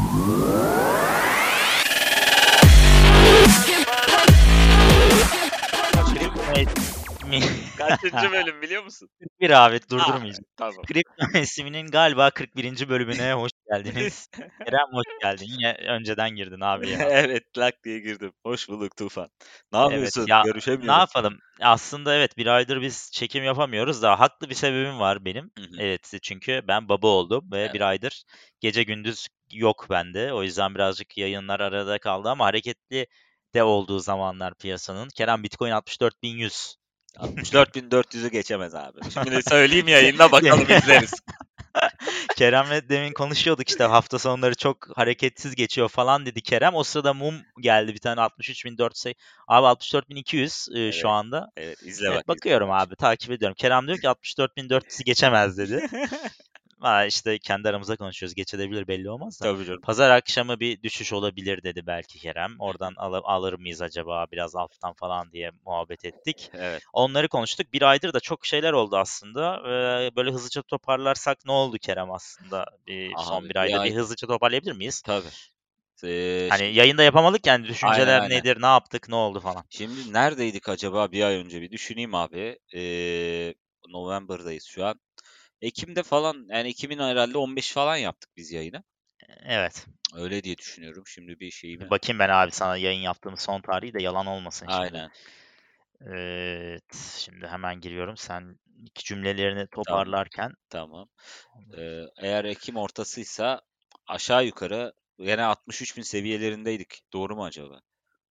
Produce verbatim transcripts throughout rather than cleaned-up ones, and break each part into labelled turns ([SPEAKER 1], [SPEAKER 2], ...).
[SPEAKER 1] Kaçıncı bölüm biliyor musun?
[SPEAKER 2] kırk bir abi,
[SPEAKER 1] Ha,
[SPEAKER 2] durdurmayacağım.
[SPEAKER 1] tamam.
[SPEAKER 2] Kripto mevsiminin galiba kırk birinci bölümüne hoş geldiniz. Kerem hoş geldin. Yine önceden girdin abi ya.
[SPEAKER 1] Evet, lak diye girdim. Hoş bulduk Tufan. Ne
[SPEAKER 2] Evet
[SPEAKER 1] yapıyorsun?
[SPEAKER 2] ya, ne
[SPEAKER 1] Görüşemiyoruz.
[SPEAKER 2] yapalım? Aslında evet, bir aydır biz çekim yapamıyoruz da haklı bir sebebim var benim.
[SPEAKER 1] Hı hı.
[SPEAKER 2] Evet, çünkü ben baba oldum ve bir
[SPEAKER 1] Evet.
[SPEAKER 2] aydır gece gündüz yok bende. O yüzden birazcık yayınlar arada kaldı ama hareketli de olduğu zamanlar piyasanın. Kerem, Bitcoin altmış dört bin yüz.
[SPEAKER 1] altmış dört bin dört yüzü geçemez abi. Şimdi söyleyeyim yayında bakalım izleriz.
[SPEAKER 2] Kerem'le demin konuşuyorduk, işte hafta sonları çok hareketsiz geçiyor falan dedi Kerem. O sırada mum geldi bir tane, altmış üç bin dört yüz. Abi altmış dört bin iki yüz e, şu
[SPEAKER 1] Evet.
[SPEAKER 2] anda.
[SPEAKER 1] Evet, izle bak,
[SPEAKER 2] Evet,
[SPEAKER 1] izle
[SPEAKER 2] bakıyorum
[SPEAKER 1] bak
[SPEAKER 2] abi, takip ediyorum. Kerem diyor ki altmış dört bin dört yüzü geçemez dedi.
[SPEAKER 1] şimdi.
[SPEAKER 2] Ha, işte kendi aramızda konuşuyoruz. Geçebilir, belli olmaz da.
[SPEAKER 1] Tabii canım.
[SPEAKER 2] Pazar akşamı bir düşüş olabilir dedi belki Kerem.
[SPEAKER 1] Hı hı.
[SPEAKER 2] Oradan al- alır mıyız acaba biraz alttan falan diye muhabbet ettik.
[SPEAKER 1] Evet.
[SPEAKER 2] Onları konuştuk. Bir aydır da çok şeyler oldu aslında. Ee, böyle hızlıca toparlarsak ne oldu Kerem aslında? Bir, son
[SPEAKER 1] Abi
[SPEAKER 2] bir
[SPEAKER 1] bir
[SPEAKER 2] ayda bir
[SPEAKER 1] ay
[SPEAKER 2] hızlıca toparlayabilir miyiz?
[SPEAKER 1] tabii. Ee,
[SPEAKER 2] Hani
[SPEAKER 1] şimdi
[SPEAKER 2] yayında yapamadık yani,
[SPEAKER 1] aynen
[SPEAKER 2] düşünceler
[SPEAKER 1] aynen.
[SPEAKER 2] nedir, ne yaptık, ne oldu falan.
[SPEAKER 1] Şimdi neredeydik acaba bir ay önce bir düşüneyim abi. Ee, November'dayız şu an. Ekim'de falan yani Ekim'in herhalde on beş falan yaptık biz yayını.
[SPEAKER 2] Evet.
[SPEAKER 1] Öyle diye düşünüyorum. Şimdi bir şeyimi.
[SPEAKER 2] Bir bakayım ben abi sana yayın yaptığımız son tarihi de, yalan olmasın şimdi.
[SPEAKER 1] Aynen.
[SPEAKER 2] Evet, şimdi hemen giriyorum. Sen iki cümlelerini
[SPEAKER 1] Tamam.
[SPEAKER 2] toparlarken.
[SPEAKER 1] Tamam. Ee, eğer Ekim ortasıysa aşağı yukarı yine altmış üç bin seviyelerindeydik. Doğru mu acaba?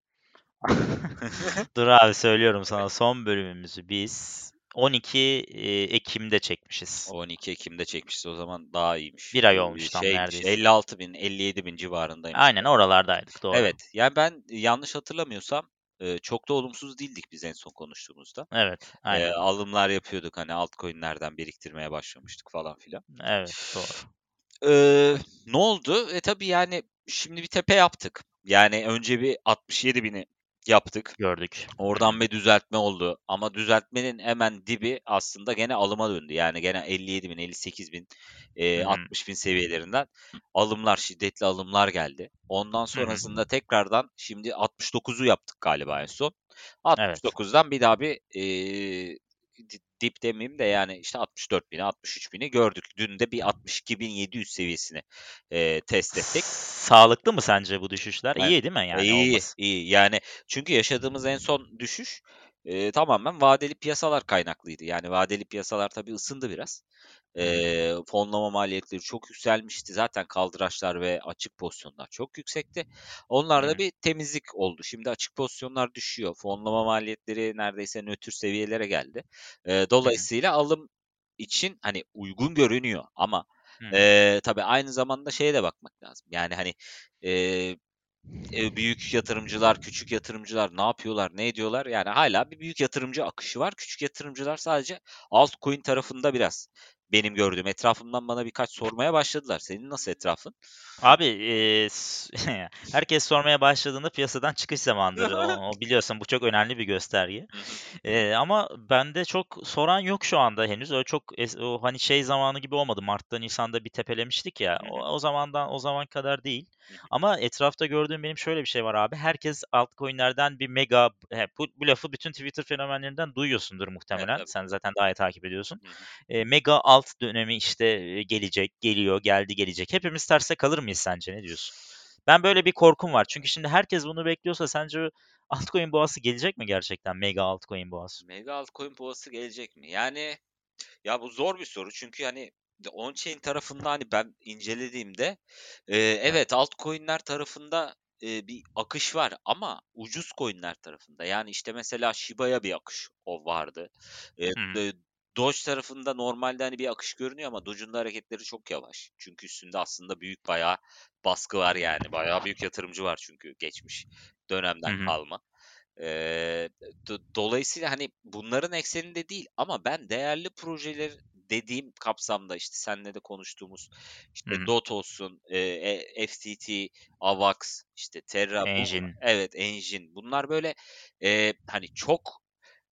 [SPEAKER 2] Dur abi, söylüyorum sana, son bölümümüzü biz on iki e, Ekim'de çekmişiz.
[SPEAKER 1] on iki Ekim'de çekmişiz. O zaman daha iyiymiş.
[SPEAKER 2] Bir ay
[SPEAKER 1] Ee,
[SPEAKER 2] olmuş tam
[SPEAKER 1] şeymiş.
[SPEAKER 2] neredeyse.
[SPEAKER 1] elli altı bin, elli yedi bin civarındaymış
[SPEAKER 2] Aynen
[SPEAKER 1] yani.
[SPEAKER 2] oralardaydık, doğru.
[SPEAKER 1] Evet. Yani ben yanlış hatırlamıyorsam e, çok da olumsuz değildik biz en son konuştuğumuzda.
[SPEAKER 2] Evet,
[SPEAKER 1] E,
[SPEAKER 2] aynen.
[SPEAKER 1] alımlar yapıyorduk hani altcoin'lerden biriktirmeye başlamıştık falan filan.
[SPEAKER 2] Evet, doğru.
[SPEAKER 1] Ee, ne oldu? E tabii yani şimdi bir tepe yaptık. Yani önce bir altmış yedi bini yaptık.
[SPEAKER 2] Gördük. Hı hı.
[SPEAKER 1] Oradan bir düzeltme oldu. Ama düzeltmenin hemen dibi aslında gene alıma döndü. Yani gene elli yedi bin, elli sekiz bin,
[SPEAKER 2] Hı
[SPEAKER 1] e,
[SPEAKER 2] hı.
[SPEAKER 1] altmış bin seviyelerinden alımlar, şiddetli alımlar geldi. Ondan
[SPEAKER 2] Hı hı.
[SPEAKER 1] sonrasında tekrardan şimdi altmış dokuzu yaptık galiba en son.
[SPEAKER 2] Evet.
[SPEAKER 1] altmış dokuzdan bir daha bir e, di- dip demeyeyim de yani işte altmış dört bini, altmış üç bini gördük. Dün de bir altmış iki bin yedi yüz seviyesini e, test ettik.
[SPEAKER 2] Sağlıklı mı sence bu düşüşler?
[SPEAKER 1] Yani,
[SPEAKER 2] İyi değil mi
[SPEAKER 1] e,
[SPEAKER 2] yani
[SPEAKER 1] iyi,
[SPEAKER 2] olması?
[SPEAKER 1] iyi. Yani çünkü yaşadığımız en son düşüş e, tamamen vadeli piyasalar kaynaklıydı. Yani vadeli piyasalar tabii ısındı biraz.
[SPEAKER 2] Hı hı.
[SPEAKER 1] E, fonlama maliyetleri çok yükselmişti. Zaten kaldıraçlar ve açık pozisyonlar çok yüksekti.
[SPEAKER 2] Hı
[SPEAKER 1] Onlarda
[SPEAKER 2] hı.
[SPEAKER 1] bir temizlik oldu. Şimdi açık pozisyonlar düşüyor. Fonlama maliyetleri neredeyse nötr seviyelere geldi. E,
[SPEAKER 2] Hı hı.
[SPEAKER 1] dolayısıyla alım için hani uygun görünüyor ama
[SPEAKER 2] Hı hı.
[SPEAKER 1] e, tabii aynı zamanda şeye de bakmak lazım. Yani hani e, Eee, büyük yatırımcılar, küçük yatırımcılar ne yapıyorlar, ne ediyorlar? Yani hala bir büyük yatırımcı akışı var. Küçük yatırımcılar sadece altcoin tarafında biraz benim gördüğüm. Etrafımdan bana birkaç sormaya başladılar. Senin nasıl etrafın?
[SPEAKER 2] Abi, eee, s herkes sormaya başladığında piyasadan çıkış zamanıdır. O o biliyorsun, bu çok önemli bir gösterge.
[SPEAKER 1] Hı hı.
[SPEAKER 2] Eee, ama bende çok soran yok şu anda henüz. Öyle çok es o, hani, şey zamanı gibi olmadı. Mart'ta, Nisan'da bir tepelemiştik ya.
[SPEAKER 1] Hı
[SPEAKER 2] O
[SPEAKER 1] hı.
[SPEAKER 2] o zamandan o zaman kadar değil.
[SPEAKER 1] Hı hı.
[SPEAKER 2] Ama etrafta gördüğüm benim şöyle bir şey var abi. Herkes altcoin'lerden bir mega he, bu bu lafı bütün Twitter fenomenlerinden duyuyorsundur
[SPEAKER 1] E,
[SPEAKER 2] muhtemelen.
[SPEAKER 1] tabii.
[SPEAKER 2] Sen zaten daha iyi takip ediyorsun.
[SPEAKER 1] Hı hı.
[SPEAKER 2] Eee, mega alt dönemi, işte, eee, gelecek, geliyor, geldi, gelecek. Hepimiz terse kalır mıyız sence? Ne diyorsun? Ben böyle bir korkum var. Çünkü şimdi herkes bunu bekliyorsa sence altcoin boğası gelecek mi gerçekten? Mega altcoin boğası.
[SPEAKER 1] Mega altcoin boğası gelecek mi? Yani ya bu zor bir soru çünkü hani de on-chain tarafında hani ben incelediğimde eee,
[SPEAKER 2] Evet.
[SPEAKER 1] evet altcoin'ler tarafında eee, bir akış var ama ucuz coin'ler tarafında. Yani işte mesela Shiba'ya bir akış o vardı. Eee,
[SPEAKER 2] Hı hı.
[SPEAKER 1] d- Doge tarafında normalde hani bir akış görünüyor ama Doge'un da hareketleri çok yavaş. Çünkü üstünde aslında büyük bayağı baskı var yani. Bayağı büyük yatırımcı var çünkü geçmiş
[SPEAKER 2] Hı
[SPEAKER 1] dönemden
[SPEAKER 2] hı.
[SPEAKER 1] kalma. Eee, do dolayısıyla, hani, bunların ekseninde değil ama ben değerli projeler dediğim kapsamda, işte, seninle de konuştuğumuz,
[SPEAKER 2] Hı
[SPEAKER 1] işte,
[SPEAKER 2] hı.
[SPEAKER 1] D O T olsun, eee, e F T T, AVAX, işte, Terra, bu
[SPEAKER 2] Engine.
[SPEAKER 1] evet, Engine bunlar böyle, eee, hani, çok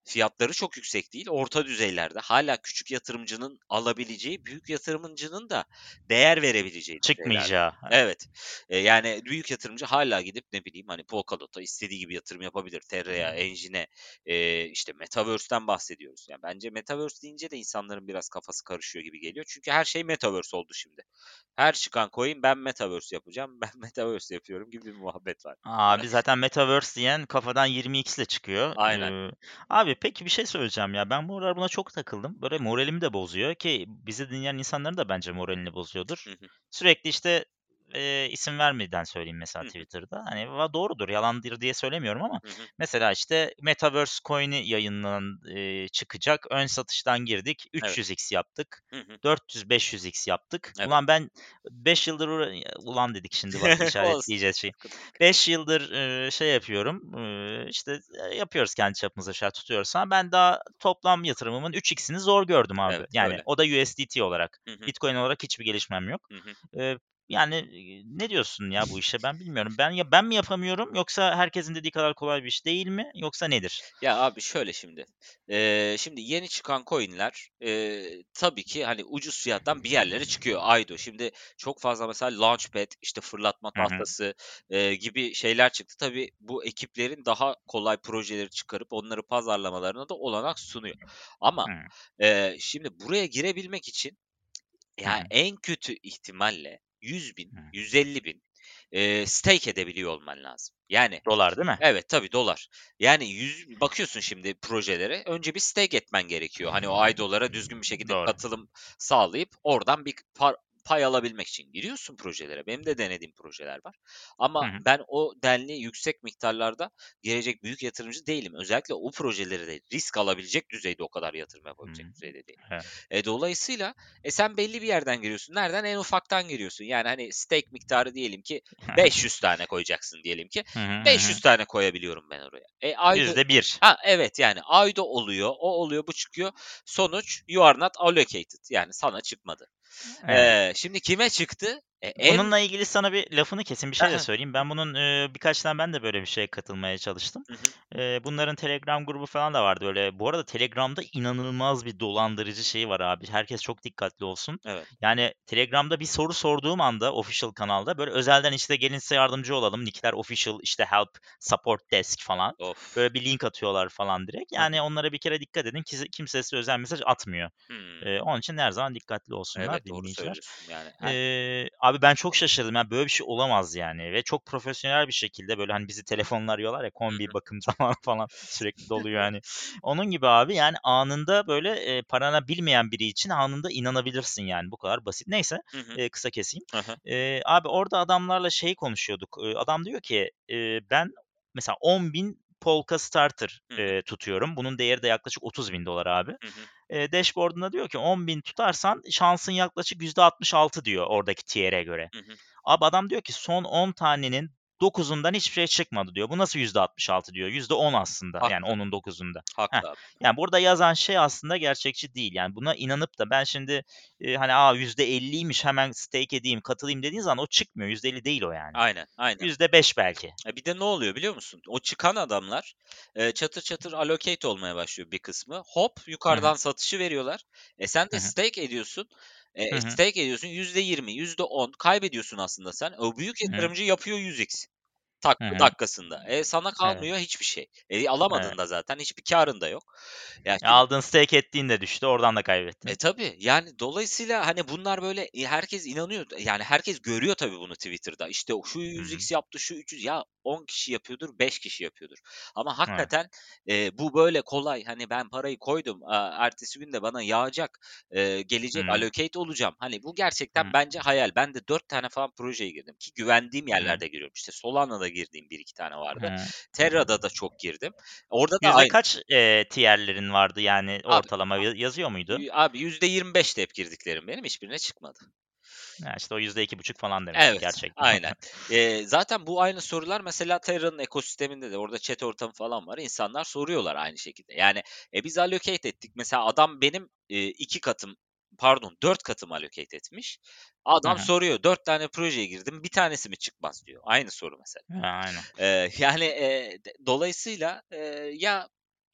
[SPEAKER 1] fiyatları çok yüksek değil, orta düzeylerde. Hâlâ küçük yatırımcının alabileceği, büyük yatırımcının da değer verebileceği düzeylerde.
[SPEAKER 2] Çıkmayacağı.
[SPEAKER 1] Evet. Eee, yani büyük yatırımcı hâlâ gidip ne bileyim, hani, Polkadot'a istediği gibi yatırım yapabilir. Terra'ya, Engine'e, eee, işte Metaverse'ten bahsediyoruz. Yani bence Metaverse deyince de insanların biraz kafası karışıyor gibi geliyor. Çünkü her şey Metaverse oldu şimdi. Her çıkan coin ben Metaverse yapacağım, ben Metaverse yapıyorum gibi bir muhabbet var.
[SPEAKER 2] Abi zaten Metaverse diyen kafadan yirmi x ile çıkıyor.
[SPEAKER 1] Aynen.
[SPEAKER 2] Eee, abi peki bir şey söyleyeceğim ya. Ben bu aralar buna çok takıldım. Böyle
[SPEAKER 1] Hı hı.
[SPEAKER 2] moralimi de bozuyor ki bizi dinleyen insanların da bence moralini bozuyordur.
[SPEAKER 1] Hı hı.
[SPEAKER 2] Sürekli işte eee, isim vermeden söyleyeyim mesela
[SPEAKER 1] Hı hı.
[SPEAKER 2] Twitter'da. Hani va doğrudur, yalandır diye söylemiyorum ama
[SPEAKER 1] Hı hı.
[SPEAKER 2] mesela işte Metaverse coin'i yayınlanan eee, çıkacak. Ön satıştan girdik.
[SPEAKER 1] Evet.
[SPEAKER 2] üç yüz x yaptık.
[SPEAKER 1] Hı hı.
[SPEAKER 2] dört yüz beş yüz x yaptık.
[SPEAKER 1] Evet.
[SPEAKER 2] Ulan ben beş yıldır uğra- ulan dedik şimdi bak
[SPEAKER 1] Olsun.
[SPEAKER 2] işaretleyeceğiz şey.
[SPEAKER 1] Sıkıntı yok.
[SPEAKER 2] beş yıldır, eee, şey yapıyorum, eee, işte, eee, yapıyoruz kendi çapımızda şeyler tutuyoruz ama ben daha toplam yatırımımın üç x'ini zor gördüm abi.
[SPEAKER 1] Evet,
[SPEAKER 2] Yani
[SPEAKER 1] öyle.
[SPEAKER 2] o da U S D T olarak.
[SPEAKER 1] Hı hı.
[SPEAKER 2] Bitcoin olarak hiçbir gelişmem yok.
[SPEAKER 1] Hı hı.
[SPEAKER 2] Eee, yani, eee, ne diyorsun ya bu işe? Ben bilmiyorum. Ben ya ben mi yapamıyorum yoksa herkesin dediği kadar kolay bir iş değil mi yoksa nedir?
[SPEAKER 1] Ya, abi şöyle şimdi, eee, şimdi yeni çıkan coin'ler, eee, tabii ki, hani, ucuz fiyattan bir yerlere çıkıyor. Aydo. Şimdi çok fazla mesela Launchpad, işte, fırlatma
[SPEAKER 2] Hı hı.
[SPEAKER 1] tahtası, eee, gibi şeyler çıktı. Tabii bu ekiplerin daha kolay projeleri çıkarıp onları pazarlamalarına da olanak sunuyor. Ama,
[SPEAKER 2] Hı.
[SPEAKER 1] eee, şimdi buraya girebilmek için,
[SPEAKER 2] Hı
[SPEAKER 1] ya,
[SPEAKER 2] hı.
[SPEAKER 1] en kötü ihtimalle yüz bin,
[SPEAKER 2] Hı.
[SPEAKER 1] yüz elli bin, eee, stake edebiliyor olman lazım. Yani.
[SPEAKER 2] Dolar değil mi?
[SPEAKER 1] Evet, tabii dolar. Yani yüz bakıyorsun şimdi projelere, önce bir stake etmen gerekiyor. Hani o ay dolara düzgün bir şekilde
[SPEAKER 2] Doğru.
[SPEAKER 1] katılım sağlayıp oradan bir par pay alabilmek için giriyorsun projelere. Benim de denediğim projeler var.
[SPEAKER 2] Hı
[SPEAKER 1] Ama
[SPEAKER 2] hı.
[SPEAKER 1] ben o denli yüksek miktarlarda girecek büyük yatırımcı değilim. Özellikle o projeleri de risk alabilecek düzeyde o kadar yatırım
[SPEAKER 2] Hımm.
[SPEAKER 1] yapabilecek düzeyde değilim.
[SPEAKER 2] Evet.
[SPEAKER 1] E, dolayısıyla e, sen belli bir yerden giriyorsun. Nereden? En ufaktan giriyorsun. Yani hani stake miktarı diyelim ki beş yüz tane koyacaksın diyelim ki.
[SPEAKER 2] Hı hı. Hı hı.
[SPEAKER 1] beş yüz tane koyabiliyorum ben oraya. E, ayda
[SPEAKER 2] yüzde bir.
[SPEAKER 1] ha, evet, yani ayda oluyor, o oluyor, bu çıkıyor. Sonuç you are not allocated. Yani sana çıkmadı.
[SPEAKER 2] Evet.
[SPEAKER 1] Eee, şimdi kime çıktı? E, en
[SPEAKER 2] Bununla ilgili sana bir lafını keseyim, bir
[SPEAKER 1] Hı
[SPEAKER 2] şey de
[SPEAKER 1] hı.
[SPEAKER 2] söyleyeyim. Ben bunun, eee, birkaç tane ben de böyle bir şeye katılmaya çalıştım.
[SPEAKER 1] Hı hı.
[SPEAKER 2] Eee, bunların Telegram grubu falan da vardı böyle. Bu arada Telegram'da inanılmaz bir dolandırıcı şeyi var abi. Herkes çok dikkatli olsun.
[SPEAKER 1] Evet.
[SPEAKER 2] Yani Telegram'da bir soru sorduğum anda official kanalda böyle özelden işte gelin size yardımcı olalım. Nickler official işte help, support desk falan.
[SPEAKER 1] Of.
[SPEAKER 2] Böyle bir link atıyorlar falan direkt.
[SPEAKER 1] Hı hı.
[SPEAKER 2] Yani onlara bir kere dikkat edin. Kimse, kimse size özel mesaj atmıyor.
[SPEAKER 1] Hımm.
[SPEAKER 2] Eee, onun için her zaman dikkatli olsunlar
[SPEAKER 1] Evet, doğru
[SPEAKER 2] dinleyiciler.
[SPEAKER 1] söylüyorsun. Yani her
[SPEAKER 2] Eee, abi ben çok şaşırdım. Ya, böyle bir şey olamaz yani ve çok profesyonel bir şekilde, böyle, hani, bizi telefonla arıyorlar ya,
[SPEAKER 1] Hı
[SPEAKER 2] kombi
[SPEAKER 1] hı.
[SPEAKER 2] bakım zamanı falan sürekli doluyor yani. Onun gibi abi, yani, anında, böyle, eee, parana bilmeyen biri için anında inanabilirsin yani. Bu kadar basit. Neyse,
[SPEAKER 1] Hı hı.
[SPEAKER 2] eee, kısa keseyim.
[SPEAKER 1] Hı hı.
[SPEAKER 2] Eee, abi orada adamlarla şey konuşuyorduk. Eee, adam diyor ki, eee, ben mesela on bin Polka Starter,
[SPEAKER 1] Hı hı.
[SPEAKER 2] eee, tutuyorum. Bunun değeri de yaklaşık otuz bin dolar abi.
[SPEAKER 1] Hı hı.
[SPEAKER 2] Eee, dashboard'unda diyor ki on bin tutarsan şansın yaklaşık yüzde altmış altı diyor oradaki tier'e göre.
[SPEAKER 1] Hı hı.
[SPEAKER 2] Abi adam diyor ki son on tanenin dokuzundan hiçbir şey çıkmadı diyor. Bu nasıl yüzde altmış altı diyor. yüzde on aslında. Yani
[SPEAKER 1] Haklı.
[SPEAKER 2] onun dokuzunda. Heh.
[SPEAKER 1] Haklı abi.
[SPEAKER 2] Yani burada yazan şey aslında gerçekçi değil. Yani buna inanıp da ben şimdi eee, hani aa yüzde elliymiş hemen stake edeyim, katılayım dediğin zaman o çıkmıyor. yüzde elli değil o yani.
[SPEAKER 1] Aynen, aynen.
[SPEAKER 2] yüzde beş belki.
[SPEAKER 1] E, bir de ne oluyor biliyor musun? O çıkan adamlar, eee, çatır çatır allocate olmaya başlıyor bir kısmı. Hop,
[SPEAKER 2] Hı hı.
[SPEAKER 1] yukarıdan satışı veriyorlar. E, sen
[SPEAKER 2] Hı
[SPEAKER 1] de
[SPEAKER 2] hı.
[SPEAKER 1] stake ediyorsun.
[SPEAKER 2] Hı
[SPEAKER 1] Eee,
[SPEAKER 2] hı.
[SPEAKER 1] stake ediyorsun yüzde yirmi, yüzde on kaybediyorsun aslında sen. O büyük
[SPEAKER 2] Hı hı.
[SPEAKER 1] yatırımcı yapıyor yüz x. Tak
[SPEAKER 2] Hı hı.
[SPEAKER 1] dakikasında. E, sana
[SPEAKER 2] Evet.
[SPEAKER 1] kalmıyor hiçbir şey. E,
[SPEAKER 2] Evet.
[SPEAKER 1] alamadın da zaten hiçbir kârın da yok. Ya
[SPEAKER 2] E,
[SPEAKER 1] şimdi
[SPEAKER 2] aldığın stake ettiğin de düştü. Oradan da
[SPEAKER 1] e,
[SPEAKER 2] kaybettin.
[SPEAKER 1] tabii. Yani, dolayısıyla, hani, bunlar böyle, eee, herkes inanıyor. Yani, herkes görüyor tabii bunu Twitter'da. İşte, şu
[SPEAKER 2] Hı hı.
[SPEAKER 1] yüz x yaptı, şu üç yüz. Ya, on kişi yapıyordur, beş kişi yapıyordur. Ama
[SPEAKER 2] Evet.
[SPEAKER 1] hakikaten, eee, bu böyle kolay, hani, ben parayı koydum, aaa, ertesi gün de bana yağacak, eee,
[SPEAKER 2] Hı
[SPEAKER 1] gelecek,
[SPEAKER 2] hı.
[SPEAKER 1] allocate olacağım. Hani, bu gerçekten
[SPEAKER 2] Hı
[SPEAKER 1] bence hayal. Ben de dört tane falan projeye girdim ki güvendiğim
[SPEAKER 2] hı.
[SPEAKER 1] yerlerde giriyorum. İşte, Solana'da girdiğim bir iki tane vardı.
[SPEAKER 2] Hı.
[SPEAKER 1] Terra'da da çok girdim. Orada da
[SPEAKER 2] Yüzde
[SPEAKER 1] aynı.
[SPEAKER 2] kaç, eee, tier'lerin vardı yani
[SPEAKER 1] Abi
[SPEAKER 2] ortalama ya yazıyor muydu?
[SPEAKER 1] Yü abi yüzde yirmi beşti hep girdiklerim benim, hiçbirine çıkmadı.
[SPEAKER 2] Ha, işte o yüzde iki buçuk falan demek ki
[SPEAKER 1] Evet,
[SPEAKER 2] gerçekten.
[SPEAKER 1] aynen. Eee, zaten bu aynı sorular mesela Terra'nın ekosisteminde de orada chat ortamı falan var. İnsanlar soruyorlar aynı şekilde. Yani, e, biz allocate ettik. Mesela adam benim, eee, iki katım, pardon dört katım allocate etmiş.
[SPEAKER 2] Hı
[SPEAKER 1] Adam
[SPEAKER 2] hı.
[SPEAKER 1] soruyor, dört tane projeye girdim, bir tanesi mi çıkmaz diyor. Aynı soru mesela.
[SPEAKER 2] Ha, aynen.
[SPEAKER 1] Eee, yani, eee, d dolayısıyla, eee, ya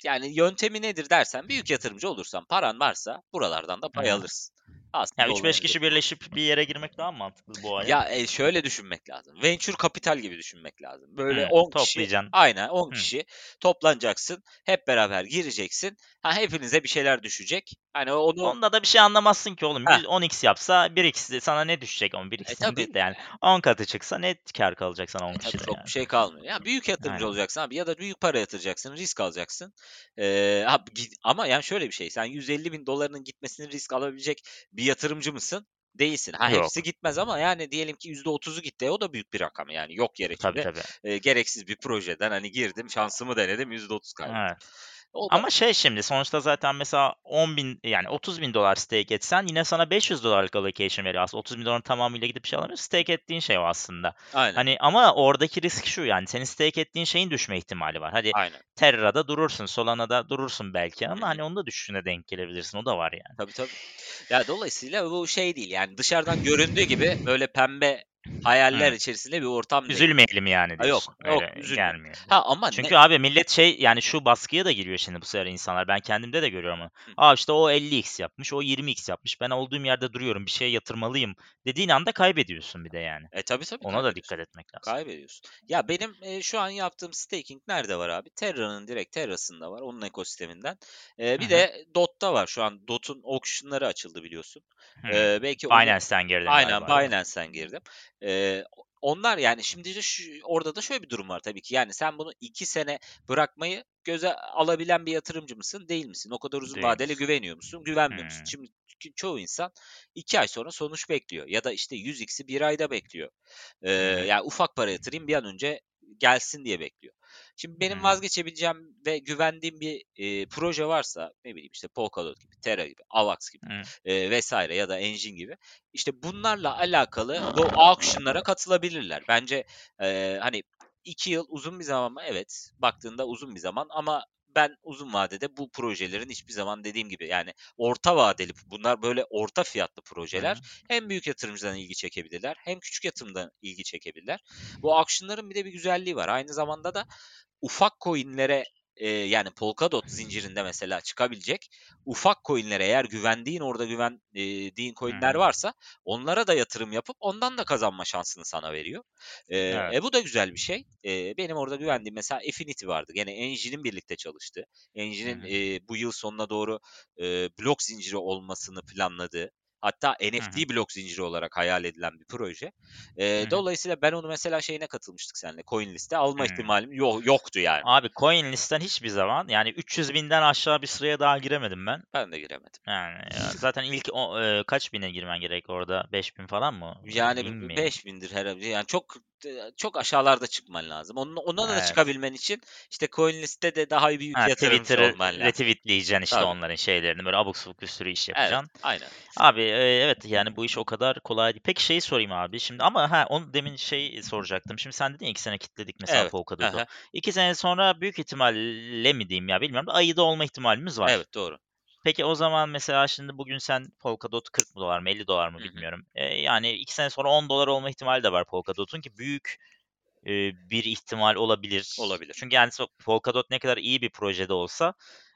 [SPEAKER 1] yani yöntemi nedir dersen büyük yatırımcı olursan paran varsa buralardan da pay
[SPEAKER 2] Hı.
[SPEAKER 1] alırsın.
[SPEAKER 2] Ya
[SPEAKER 1] Aslında
[SPEAKER 2] üç
[SPEAKER 1] olayın
[SPEAKER 2] beş
[SPEAKER 1] özeti
[SPEAKER 2] kişi
[SPEAKER 1] bu.
[SPEAKER 2] birleşip bir yere girmek daha mı mantıklı bu aya?
[SPEAKER 1] Ya e, şöyle düşünmek lazım. Venture kapital gibi düşünmek lazım. Böyle
[SPEAKER 2] Hı.
[SPEAKER 1] on kişi,
[SPEAKER 2] Toplayacaksın.
[SPEAKER 1] aynen on
[SPEAKER 2] Hı.
[SPEAKER 1] kişi toplanacaksın. Hep beraber gireceksin. Ha, hepinize bir şeyler düşecek. Hani onu
[SPEAKER 2] Onda da bir şey anlamazsın ki oğlum.
[SPEAKER 1] ha
[SPEAKER 2] yüz on x yapsa bir x de sana ne düşecek ama bir
[SPEAKER 1] e
[SPEAKER 2] x'ten
[SPEAKER 1] tabii
[SPEAKER 2] değil de yani on katı çıksa net kâr kalacak sana on
[SPEAKER 1] e tabii
[SPEAKER 2] kişide
[SPEAKER 1] çok bir
[SPEAKER 2] yani.
[SPEAKER 1] şey kalmıyor. Ya büyük yatırımcı
[SPEAKER 2] Aynen.
[SPEAKER 1] olacaksın abi ya da büyük para yatıracaksın, risk alacaksın. Ee, ha, gid- ama yani şöyle bir şey. Sen yüz elli bin dolarının gitmesini risk alabilecek bir yatırımcı mısın? Değilsin. Ha hepsi
[SPEAKER 2] Yok.
[SPEAKER 1] gitmez ama yani diyelim ki yüzde otuzu gitti. O da büyük bir rakam yani. Yok yere
[SPEAKER 2] Tabii
[SPEAKER 1] şimdi
[SPEAKER 2] tabii.
[SPEAKER 1] e, gereksiz bir projeden hani girdim şansımı denedim yüzde otuz kaybettim.
[SPEAKER 2] Evet.
[SPEAKER 1] O da
[SPEAKER 2] Ama şey şimdi sonuçta zaten mesela on bin yani otuz bin dolar stake etsen yine sana beş yüz dolarlık allocation veriyor aslında. otuz bin doların tamamıyla gidip bir şey alamıyorsun. Stake ettiğin şey o aslında.
[SPEAKER 1] aynen.
[SPEAKER 2] Hani ama oradaki risk şu yani senin stake ettiğin şeyin düşme ihtimali var. Hadi
[SPEAKER 1] Aynen.
[SPEAKER 2] Terra'da durursun, Solana'da durursun belki
[SPEAKER 1] Hı
[SPEAKER 2] ama
[SPEAKER 1] hı.
[SPEAKER 2] hani onda düşüşüne denk gelebilirsin. O da var yani.
[SPEAKER 1] Tabii, tabii. Ya, dolayısıyla bu şey değil, yani, dışarıdan göründüğü gibi böyle pembe hayaller
[SPEAKER 2] Hı.
[SPEAKER 1] içerisinde bir ortam değil.
[SPEAKER 2] Üzülmeyelim yani
[SPEAKER 1] Ha, yok,
[SPEAKER 2] diyorsun.
[SPEAKER 1] yok,
[SPEAKER 2] Öyle
[SPEAKER 1] üzülme.
[SPEAKER 2] gelmiyor.
[SPEAKER 1] Ha, ama ne
[SPEAKER 2] Çünkü abi millet şey yani şu baskıya da giriyor şimdi bu sefer insanlar. Ben kendimde de görüyorum onu.
[SPEAKER 1] Hı hı.
[SPEAKER 2] Aa işte o elli x yapmış, o yirmi x yapmış. Ben olduğum yerde duruyorum, bir şeye yatırmalıyım dediğin anda kaybediyorsun bir de yani.
[SPEAKER 1] E, tabii, tabii
[SPEAKER 2] Ona da
[SPEAKER 1] kaybediyorsun.
[SPEAKER 2] dikkat etmek lazım.
[SPEAKER 1] Kaybediyorsun. Ya, benim, eee, şu an yaptığım staking nerede var abi? Terra'nın direkt Terra'sında var, onun ekosisteminden. Eee,
[SPEAKER 2] Hı
[SPEAKER 1] bir
[SPEAKER 2] hı.
[SPEAKER 1] de Dot'ta var. Şu an Dot'un auction'ları açıldı biliyorsun.
[SPEAKER 2] Hı.
[SPEAKER 1] Eee, belki onu
[SPEAKER 2] Binance'ten girdin
[SPEAKER 1] aynen
[SPEAKER 2] galiba değil mi?
[SPEAKER 1] Binance'ten girdim. Eee, onlar yani şimdi de şu orada da şöyle bir durum var tabii ki. Yani sen bunu iki sene bırakmayı göze alabilen bir yatırımcı mısın, değil misin? O kadar uzun
[SPEAKER 2] Değil
[SPEAKER 1] vadeli
[SPEAKER 2] misin?
[SPEAKER 1] güveniyor musun,
[SPEAKER 2] Hı.
[SPEAKER 1] güvenmiyor musun? Şimdi çünkü çoğu insan iki ay sonra sonuç bekliyor ya da işte yüz x'i bir ayda bekliyor. Eee,
[SPEAKER 2] Hı hı.
[SPEAKER 1] yani ufak para yatırayım bir an önce gelsin diye bekliyor. Şimdi
[SPEAKER 2] Hı
[SPEAKER 1] benim
[SPEAKER 2] hı.
[SPEAKER 1] vazgeçebileceğim ve güvendiğim bir, eee, proje varsa ne bileyim işte Polkadot gibi, Terra gibi, Avax gibi,
[SPEAKER 2] Hı.
[SPEAKER 1] eee, vesaire ya da Engine gibi işte bunlarla alakalı bu auction'lara katılabilirler. Bence, eee, hani iki yıl uzun bir zaman mı? Evet, baktığında uzun bir zaman ama ben uzun vadede bu projelerin hiçbir zaman dediğim gibi yani orta vadeli bunlar böyle orta fiyatlı
[SPEAKER 2] Hı
[SPEAKER 1] projeler
[SPEAKER 2] hı.
[SPEAKER 1] hem büyük yatırımcıdan ilgi çekebilirler hem küçük yatırımdan ilgi çekebilirler. Bu auction'ların bir de bir güzelliği var. Aynı zamanda da ufak coin'lere eee, yani Polkadot zincirinde mesela çıkabilecek ufak coin'lere eğer güvendiğin orada güvendiğin
[SPEAKER 2] Hı
[SPEAKER 1] coin'ler
[SPEAKER 2] hı.
[SPEAKER 1] varsa onlara da yatırım yapıp ondan da kazanma şansını sana veriyor. Eee,
[SPEAKER 2] Evet.
[SPEAKER 1] e, bu da güzel bir şey. Eee, benim orada güvendiğim mesela Affinity vardı. Gene Engine'in birlikte çalıştığı.
[SPEAKER 2] Hı
[SPEAKER 1] Engine'in
[SPEAKER 2] hı.
[SPEAKER 1] eee, bu yıl sonuna doğru eee, blok zinciri olmasını planladığı hatta
[SPEAKER 2] Hı hı.
[SPEAKER 1] N F T blok zinciri olarak hayal edilen bir proje.
[SPEAKER 2] Hı
[SPEAKER 1] Eee,
[SPEAKER 2] hı.
[SPEAKER 1] dolayısıyla ben onu mesela şeyine katılmıştık seninle. CoinList'e alma
[SPEAKER 2] Hımm.
[SPEAKER 1] ihtimalim yo yoktu yani.
[SPEAKER 2] Abi CoinList'ten hiçbir zaman yani üç yüz binden aşağı bir sıraya daha giremedim ben.
[SPEAKER 1] Ben de giremedim.
[SPEAKER 2] Yani ya zaten ilk o eee, kaç bine girmen gerek orada? beş bin falan mı?
[SPEAKER 1] Yani
[SPEAKER 2] bin
[SPEAKER 1] b
[SPEAKER 2] mi?
[SPEAKER 1] beş bindir herhâlde. Yani çok çok aşağılarda çıkman lazım. Onun ona da
[SPEAKER 2] Evet.
[SPEAKER 1] çıkabilmen için işte CoinList'te de daha büyük
[SPEAKER 2] Ha,
[SPEAKER 1] yatırımcı
[SPEAKER 2] Twitter'ı
[SPEAKER 1] olman lazım.
[SPEAKER 2] retweetleyeceksin işte
[SPEAKER 1] Tabii.
[SPEAKER 2] onların şeylerini. Böyle abuk sabuk bir sürü iş
[SPEAKER 1] Evet,
[SPEAKER 2] yapacaksın.
[SPEAKER 1] aynen.
[SPEAKER 2] Abi, eee, evet, yani bu iş o kadar kolay değil. Peki şeyi sorayım abi şimdi ama ha, onu demin şey soracaktım. Şimdi sen dedin ya iki sene kilitledik mesela
[SPEAKER 1] Evet. Hı
[SPEAKER 2] Polkadot'u.
[SPEAKER 1] hı.
[SPEAKER 2] iki sene sonra büyük ihtimalle mi diyeyim ya bilmiyorum da ayıda olma ihtimalimiz var.
[SPEAKER 1] Evet, doğru.
[SPEAKER 2] Peki o zaman mesela şimdi bugün sen Polkadot kırk dolar mı elli dolar mı
[SPEAKER 1] Hı hı.
[SPEAKER 2] bilmiyorum. Eee, yani iki sene sonra on dolar olma ihtimali de var Polkadot'un ki büyük, eee, bir ihtimal olabilir.
[SPEAKER 1] Olabilir.
[SPEAKER 2] Çünkü yani so Polkadot ne kadar iyi bir projede olsa,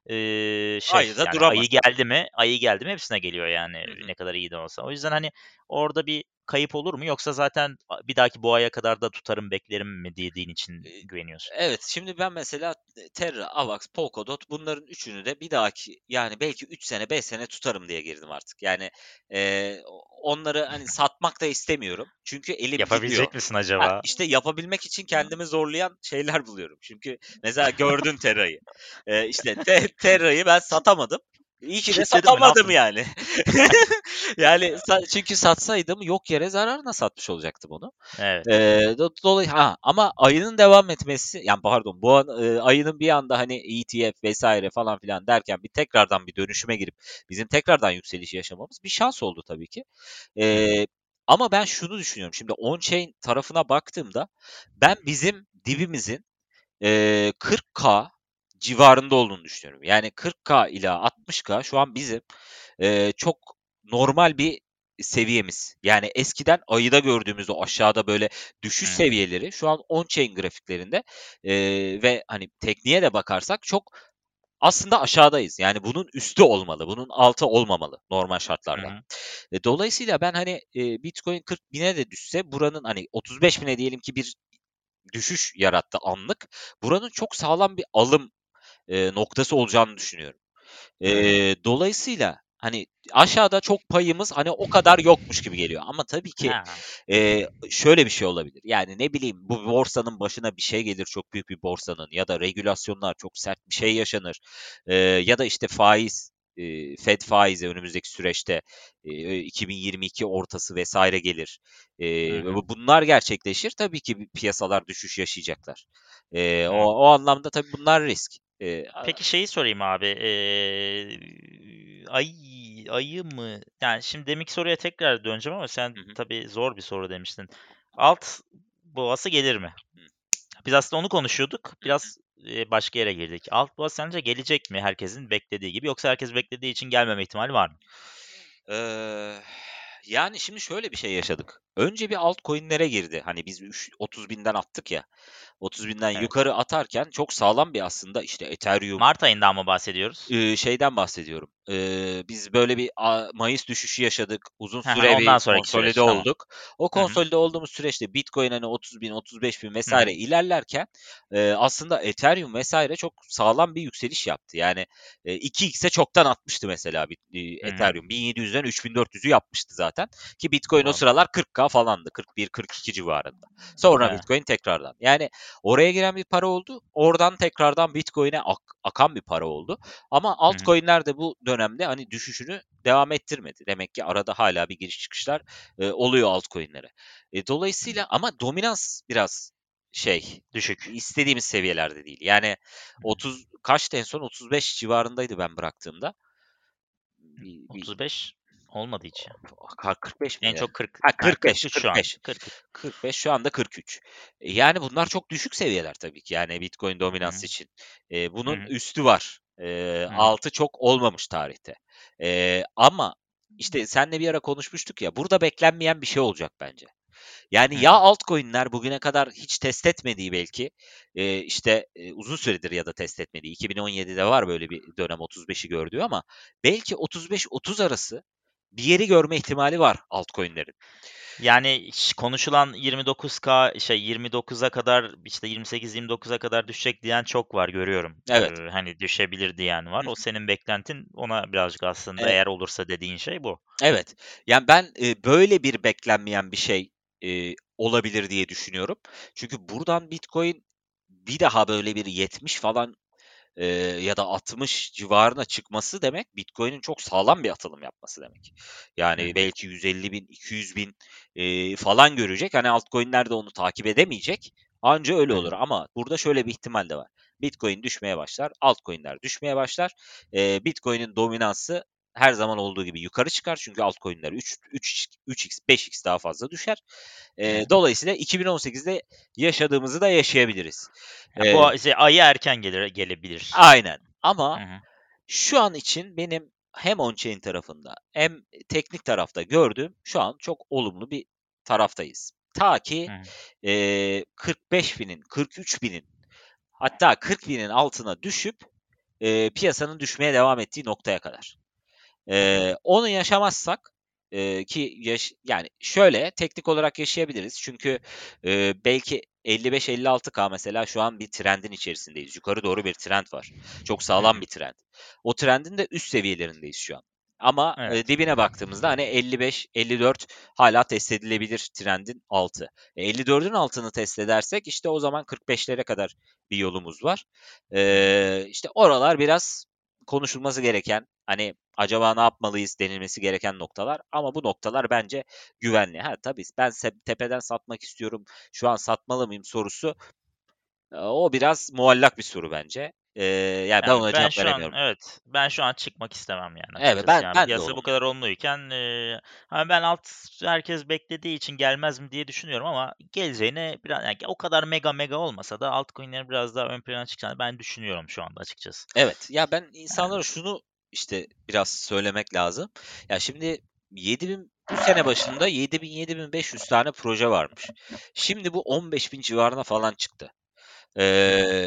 [SPEAKER 2] eee, şey
[SPEAKER 1] Ayda
[SPEAKER 2] yani ayı
[SPEAKER 1] duramaz.
[SPEAKER 2] geldi mi ayı geldi mi hepsine geliyor yani
[SPEAKER 1] Hı hı.
[SPEAKER 2] ne kadar iyi de olsa. O yüzden, hani, orada bir kayıp olur mu yoksa zaten a bir dahaki bu aya kadar da tutarım beklerim mi dediğin için
[SPEAKER 1] Eee,
[SPEAKER 2] güveniyorsun?
[SPEAKER 1] evet, şimdi ben mesela e, Terra, Avax, Polkadot bunların üçünü de bir dahaki yani belki üç sene, beş sene tutarım diye girdim artık. Yani, eee, o onları, hani, satmak da istemiyorum. Çünkü elim gidiyor.
[SPEAKER 2] Yapabilecek misin
[SPEAKER 1] Ha,
[SPEAKER 2] acaba?
[SPEAKER 1] işte yapabilmek için kendimi zorlayan şeyler buluyorum. Çünkü mesela gördün Terra'yı. Eee, işte Te Terra'yı ben satamadım. İyi ki de
[SPEAKER 2] Kilitledin mi? Ne
[SPEAKER 1] satamadım
[SPEAKER 2] yaptın?
[SPEAKER 1] yani. Yani sa çünkü satsaydım yok yere zararına satmış olacaktım onu.
[SPEAKER 2] Evet.
[SPEAKER 1] Eee, do dolay ha, ama ayının devam etmesi, yani pardon, bu an eee, ayının bir anda, hani, E T F vesaire falan filan derken bir tekrardan bir dönüşüme girip bizim tekrardan yükseliş yaşamamız bir şans oldu tabii ki.
[SPEAKER 2] Hı hı.
[SPEAKER 1] Eee, ama ben şunu düşünüyorum, şimdi on-chain tarafına baktığımda ben bizim dibimizin, eee, kırk K civarında olduğunu düşünüyorum. Yani kırk K ila altmış K şu an bizim, eee, çok normal bir seviyemiz. Yani eskiden ayıda gördüğümüz o aşağıda böyle düşüş
[SPEAKER 2] Hı.
[SPEAKER 1] seviyeleri şu an on-chain grafiklerinde, eee, ve hani tekniğe de bakarsak çok aslında aşağıdayız. Yani bunun üstü olmalı. Bunun altı olmamalı normal
[SPEAKER 2] Hı
[SPEAKER 1] şartlarda.
[SPEAKER 2] hı.
[SPEAKER 1] E, dolayısıyla ben hani e, Bitcoin kırk bine de düşse buranın hani otuz beş bine diyelim ki bir düşüş yarattı anlık. Buranın çok sağlam bir alım e, noktası olacağını düşünüyorum.
[SPEAKER 2] Hı hı.
[SPEAKER 1] Eee, dolayısıyla, hani, aşağıda çok payımız, hani, o kadar yokmuş gibi geliyor ama tabii ki,
[SPEAKER 2] Ha.
[SPEAKER 1] eee, şöyle bir şey olabilir. Yani, ne bileyim, bu borsanın başına bir şey gelir, çok büyük bir borsanın ya da regülasyonlar, çok sert bir şey yaşanır, eee, ya da, işte, faiz, eee, Fed faizi önümüzdeki süreçte, eee, iki bin yirmi iki ortası vesaire gelir.
[SPEAKER 2] Hı
[SPEAKER 1] Eee,
[SPEAKER 2] hı.
[SPEAKER 1] bu bunlar gerçekleşir. Tabii ki bi piyasalar düşüş yaşayacaklar. Eee, o
[SPEAKER 2] Hı.
[SPEAKER 1] o anlamda tabii bunlar risk. Eee, a
[SPEAKER 2] Peki şeyi sorayım abi, eee, ay ayı mı? Yani şimdi deminki soruya tekrar döneceğim ama sen
[SPEAKER 1] Hı hı.
[SPEAKER 2] tabii zor bir soru demiştin. Alt boğası gelir mi?
[SPEAKER 1] Hı.
[SPEAKER 2] Biz aslında onu konuşuyorduk.
[SPEAKER 1] Hı hı.
[SPEAKER 2] Biraz, eee, başka yere girdik. Alt boğa sence gelecek mi herkesin beklediği gibi yoksa herkes beklediği için gelmeme ihtimali var mı?
[SPEAKER 1] Eee, yani, şimdi şöyle bir şey yaşadık. Önce bir altcoin'lere girdi. Hani, biz üç otuz binden attık ya, otuz binden
[SPEAKER 2] Evet.
[SPEAKER 1] yukarı atarken çok sağlam bir aslında, işte, Ethereum,
[SPEAKER 2] Mart ayından mı bahsediyoruz?
[SPEAKER 1] Eee, şeyden bahsediyorum. Eee, biz böyle bir a Mayıs düşüşü yaşadık. Uzun
[SPEAKER 2] He he,
[SPEAKER 1] süre bir
[SPEAKER 2] ondan sonraki
[SPEAKER 1] konsolide
[SPEAKER 2] süreç. Tamam.
[SPEAKER 1] olduk. O
[SPEAKER 2] Hı hı.
[SPEAKER 1] konsolide olduğumuz süreçte Bitcoin, hani, otuz bin, otuz beş bin
[SPEAKER 2] Hı hı.
[SPEAKER 1] vesaire ilerlerken, eee, aslında Ethereum vesaire çok sağlam bir yükseliş yaptı. Yani, eee, iki x'e çoktan atmıştı mesela bit iii,
[SPEAKER 2] Hı hı.
[SPEAKER 1] Ethereum. bin yedi yüzden üç bin dört yüzü yapmıştı zaten ki Bitcoin o
[SPEAKER 2] Vallahi.
[SPEAKER 1] sıralar kırk bin falandı. kırk bir kırk iki civarında. Sonra
[SPEAKER 2] Evet.
[SPEAKER 1] Bitcoin tekrardan. Yani oraya giren bir para oldu. Oradan tekrardan Bitcoin'e ak akan bir para oldu. Ama
[SPEAKER 2] Hı hı.
[SPEAKER 1] altcoin'ler de bu dönemde, hani, düşüşünü devam ettirmedi. Demek ki arada hâlâ bir giriş çıkışlar, eee, oluyor altcoin'lere. E,
[SPEAKER 2] Hı.
[SPEAKER 1] dolayısıyla ama dominans biraz şey,
[SPEAKER 2] Düşük.
[SPEAKER 1] istediğimiz seviyelerde değil. Yani
[SPEAKER 2] Hı hı.
[SPEAKER 1] otuz kaçtı en son? otuz beş civarındaydı ben bıraktığımda. Bir bir
[SPEAKER 2] otuz beş olmadı hiç ya.
[SPEAKER 1] Ka kırk beş
[SPEAKER 2] En
[SPEAKER 1] miydi?
[SPEAKER 2] çok kırk,
[SPEAKER 1] Ha,
[SPEAKER 2] ha,
[SPEAKER 1] kırk beş,
[SPEAKER 2] kırk üç şu an.
[SPEAKER 1] kırk beş.
[SPEAKER 2] kırk üç.
[SPEAKER 1] kırk beş şu anda kırk üç. E, yani bunlar çok düşük seviyeler tabii ki, yani Bitcoin
[SPEAKER 2] Hı hı.
[SPEAKER 1] dominansı için. Eee,
[SPEAKER 2] Hı
[SPEAKER 1] bunun
[SPEAKER 2] hı.
[SPEAKER 1] üstü var. Eee,
[SPEAKER 2] Hı hı.
[SPEAKER 1] altı çok olmamış tarihte. Eee, ama işte seninle bir ara konuşmuştuk ya, burada beklenmeyen bir şey olacak bence. Yani
[SPEAKER 2] Hı
[SPEAKER 1] ya
[SPEAKER 2] hı.
[SPEAKER 1] altcoin'ler bugüne kadar hiç test etmediği belki, eee, işte, eee, uzun süredir ya da test etmediği, iki bin on yedide var böyle bir dönem otuz beşi gördüğü ama belki otuz beş otuz arası bir yeri görme ihtimali var altcoin'lerin.
[SPEAKER 2] Yani ş konuşulan yirmi dokuz K şey yirmi dokuza kadar, işte yirmi sekiz yirmi dokuza kadar düşecek diyen çok var, görüyorum.
[SPEAKER 1] Evet.
[SPEAKER 2] Eee, hani düşebilir diyen var.
[SPEAKER 1] Hı
[SPEAKER 2] O
[SPEAKER 1] hı.
[SPEAKER 2] senin beklentin, ona birazcık aslında
[SPEAKER 1] Eee,
[SPEAKER 2] eğer olursa dediğin şey bu.
[SPEAKER 1] evet. Yani ben, eee, böyle bir beklenmeyen bir şey, eee, olabilir diye düşünüyorum. Çünkü buradan Bitcoin bir daha böyle bir yetmiş falan Eee, ya da altmış civarına çıkması demek, Bitcoin'in çok sağlam bir atılım yapması demek.
[SPEAKER 2] Hı
[SPEAKER 1] Yani
[SPEAKER 2] hı.
[SPEAKER 1] belki yüz elli bin, iki yüz bin eee, falan görecek. Hani altcoin'ler de onu takip edemeyecek. Anca öyle
[SPEAKER 2] Hı
[SPEAKER 1] olur
[SPEAKER 2] hı.
[SPEAKER 1] ama burada şöyle bir ihtimal de var. Bitcoin düşmeye başlar, altcoin'ler düşmeye başlar. Eee, Bitcoin'in dominansı her zaman olduğu gibi yukarı çıkar. Çünkü altcoin'ler üç, üç, üç x, beş x daha fazla düşer.
[SPEAKER 2] Hı
[SPEAKER 1] Eee,
[SPEAKER 2] hı.
[SPEAKER 1] dolayısıyla iki bin on sekizde yaşadığımızı da yaşayabiliriz.
[SPEAKER 2] Ya,
[SPEAKER 1] Eee,
[SPEAKER 2] bu şey ayı erken gelir gelebilir.
[SPEAKER 1] aynen
[SPEAKER 2] Hı
[SPEAKER 1] ama
[SPEAKER 2] hı.
[SPEAKER 1] şu an için benim hem on-chain tarafında hem teknik tarafta gördüğüm şu an çok olumlu bir taraftayız. Ta
[SPEAKER 2] Hı
[SPEAKER 1] ki
[SPEAKER 2] hı.
[SPEAKER 1] eee kırk beş binin, kırk üç binin hatta kırk binin altına düşüp eee, piyasanın düşmeye devam ettiği noktaya kadar.
[SPEAKER 2] Hı hı.
[SPEAKER 1] Eee, onu yaşamazsak eee, ki yaş yani şöyle teknik olarak yaşayabiliriz. Çünkü eee, belki elli beş elli altı K mesela şu an bir trendin içerisindeyiz. Yukarı doğru bir trend var. Çok
[SPEAKER 2] Hı
[SPEAKER 1] sağlam
[SPEAKER 2] hı.
[SPEAKER 1] bir trend. O trendin de üst seviyelerindeyiz şu an. Ama eee,
[SPEAKER 2] Evet.
[SPEAKER 1] dibine baktığımızda hani elli beş elli dört hala test edilebilir trendin altı. E, elli dördün altını test edersek işte o zaman kırk beşlere kadar bir yolumuz var.
[SPEAKER 2] Hı hı.
[SPEAKER 1] Eee işte oralar biraz konuşulması gereken, hani, acaba ne yapmalıyız denilmesi gereken noktalar ama bu noktalar bence güvenli. Ha, tabii ben se tepeden satmak istiyorum, şu an satmalı mıyım sorusu, eee, o biraz muallak bir soru bence. Eee, yani ben
[SPEAKER 2] Yani,
[SPEAKER 1] ona
[SPEAKER 2] ben
[SPEAKER 1] cevap
[SPEAKER 2] şu an
[SPEAKER 1] veremiyorum.
[SPEAKER 2] evet, ben şu an çıkmak istemem yani
[SPEAKER 1] Evet,
[SPEAKER 2] açıkçası.
[SPEAKER 1] ben
[SPEAKER 2] Yani
[SPEAKER 1] ben de
[SPEAKER 2] piyasa bu
[SPEAKER 1] onu
[SPEAKER 2] kadar olumluyken, eee, hani, ben alt herkes beklediği için gelmez mi diye düşünüyorum ama geleceğine biraz yani o kadar mega mega olmasa da altcoin'lerin biraz daha ön plana çıkacağını ben düşünüyorum şu anda açıkçası.
[SPEAKER 1] Evet, ya ben
[SPEAKER 2] Yani.
[SPEAKER 1] insanlara şunu, işte, biraz söylemek lazım. Ya, şimdi yedi bin bu sene başında yedi bin yedi bin beş yüz tane proje varmış. Şimdi bu on beş bin civarına falan çıktı.
[SPEAKER 2] Hı hı.
[SPEAKER 1] Eee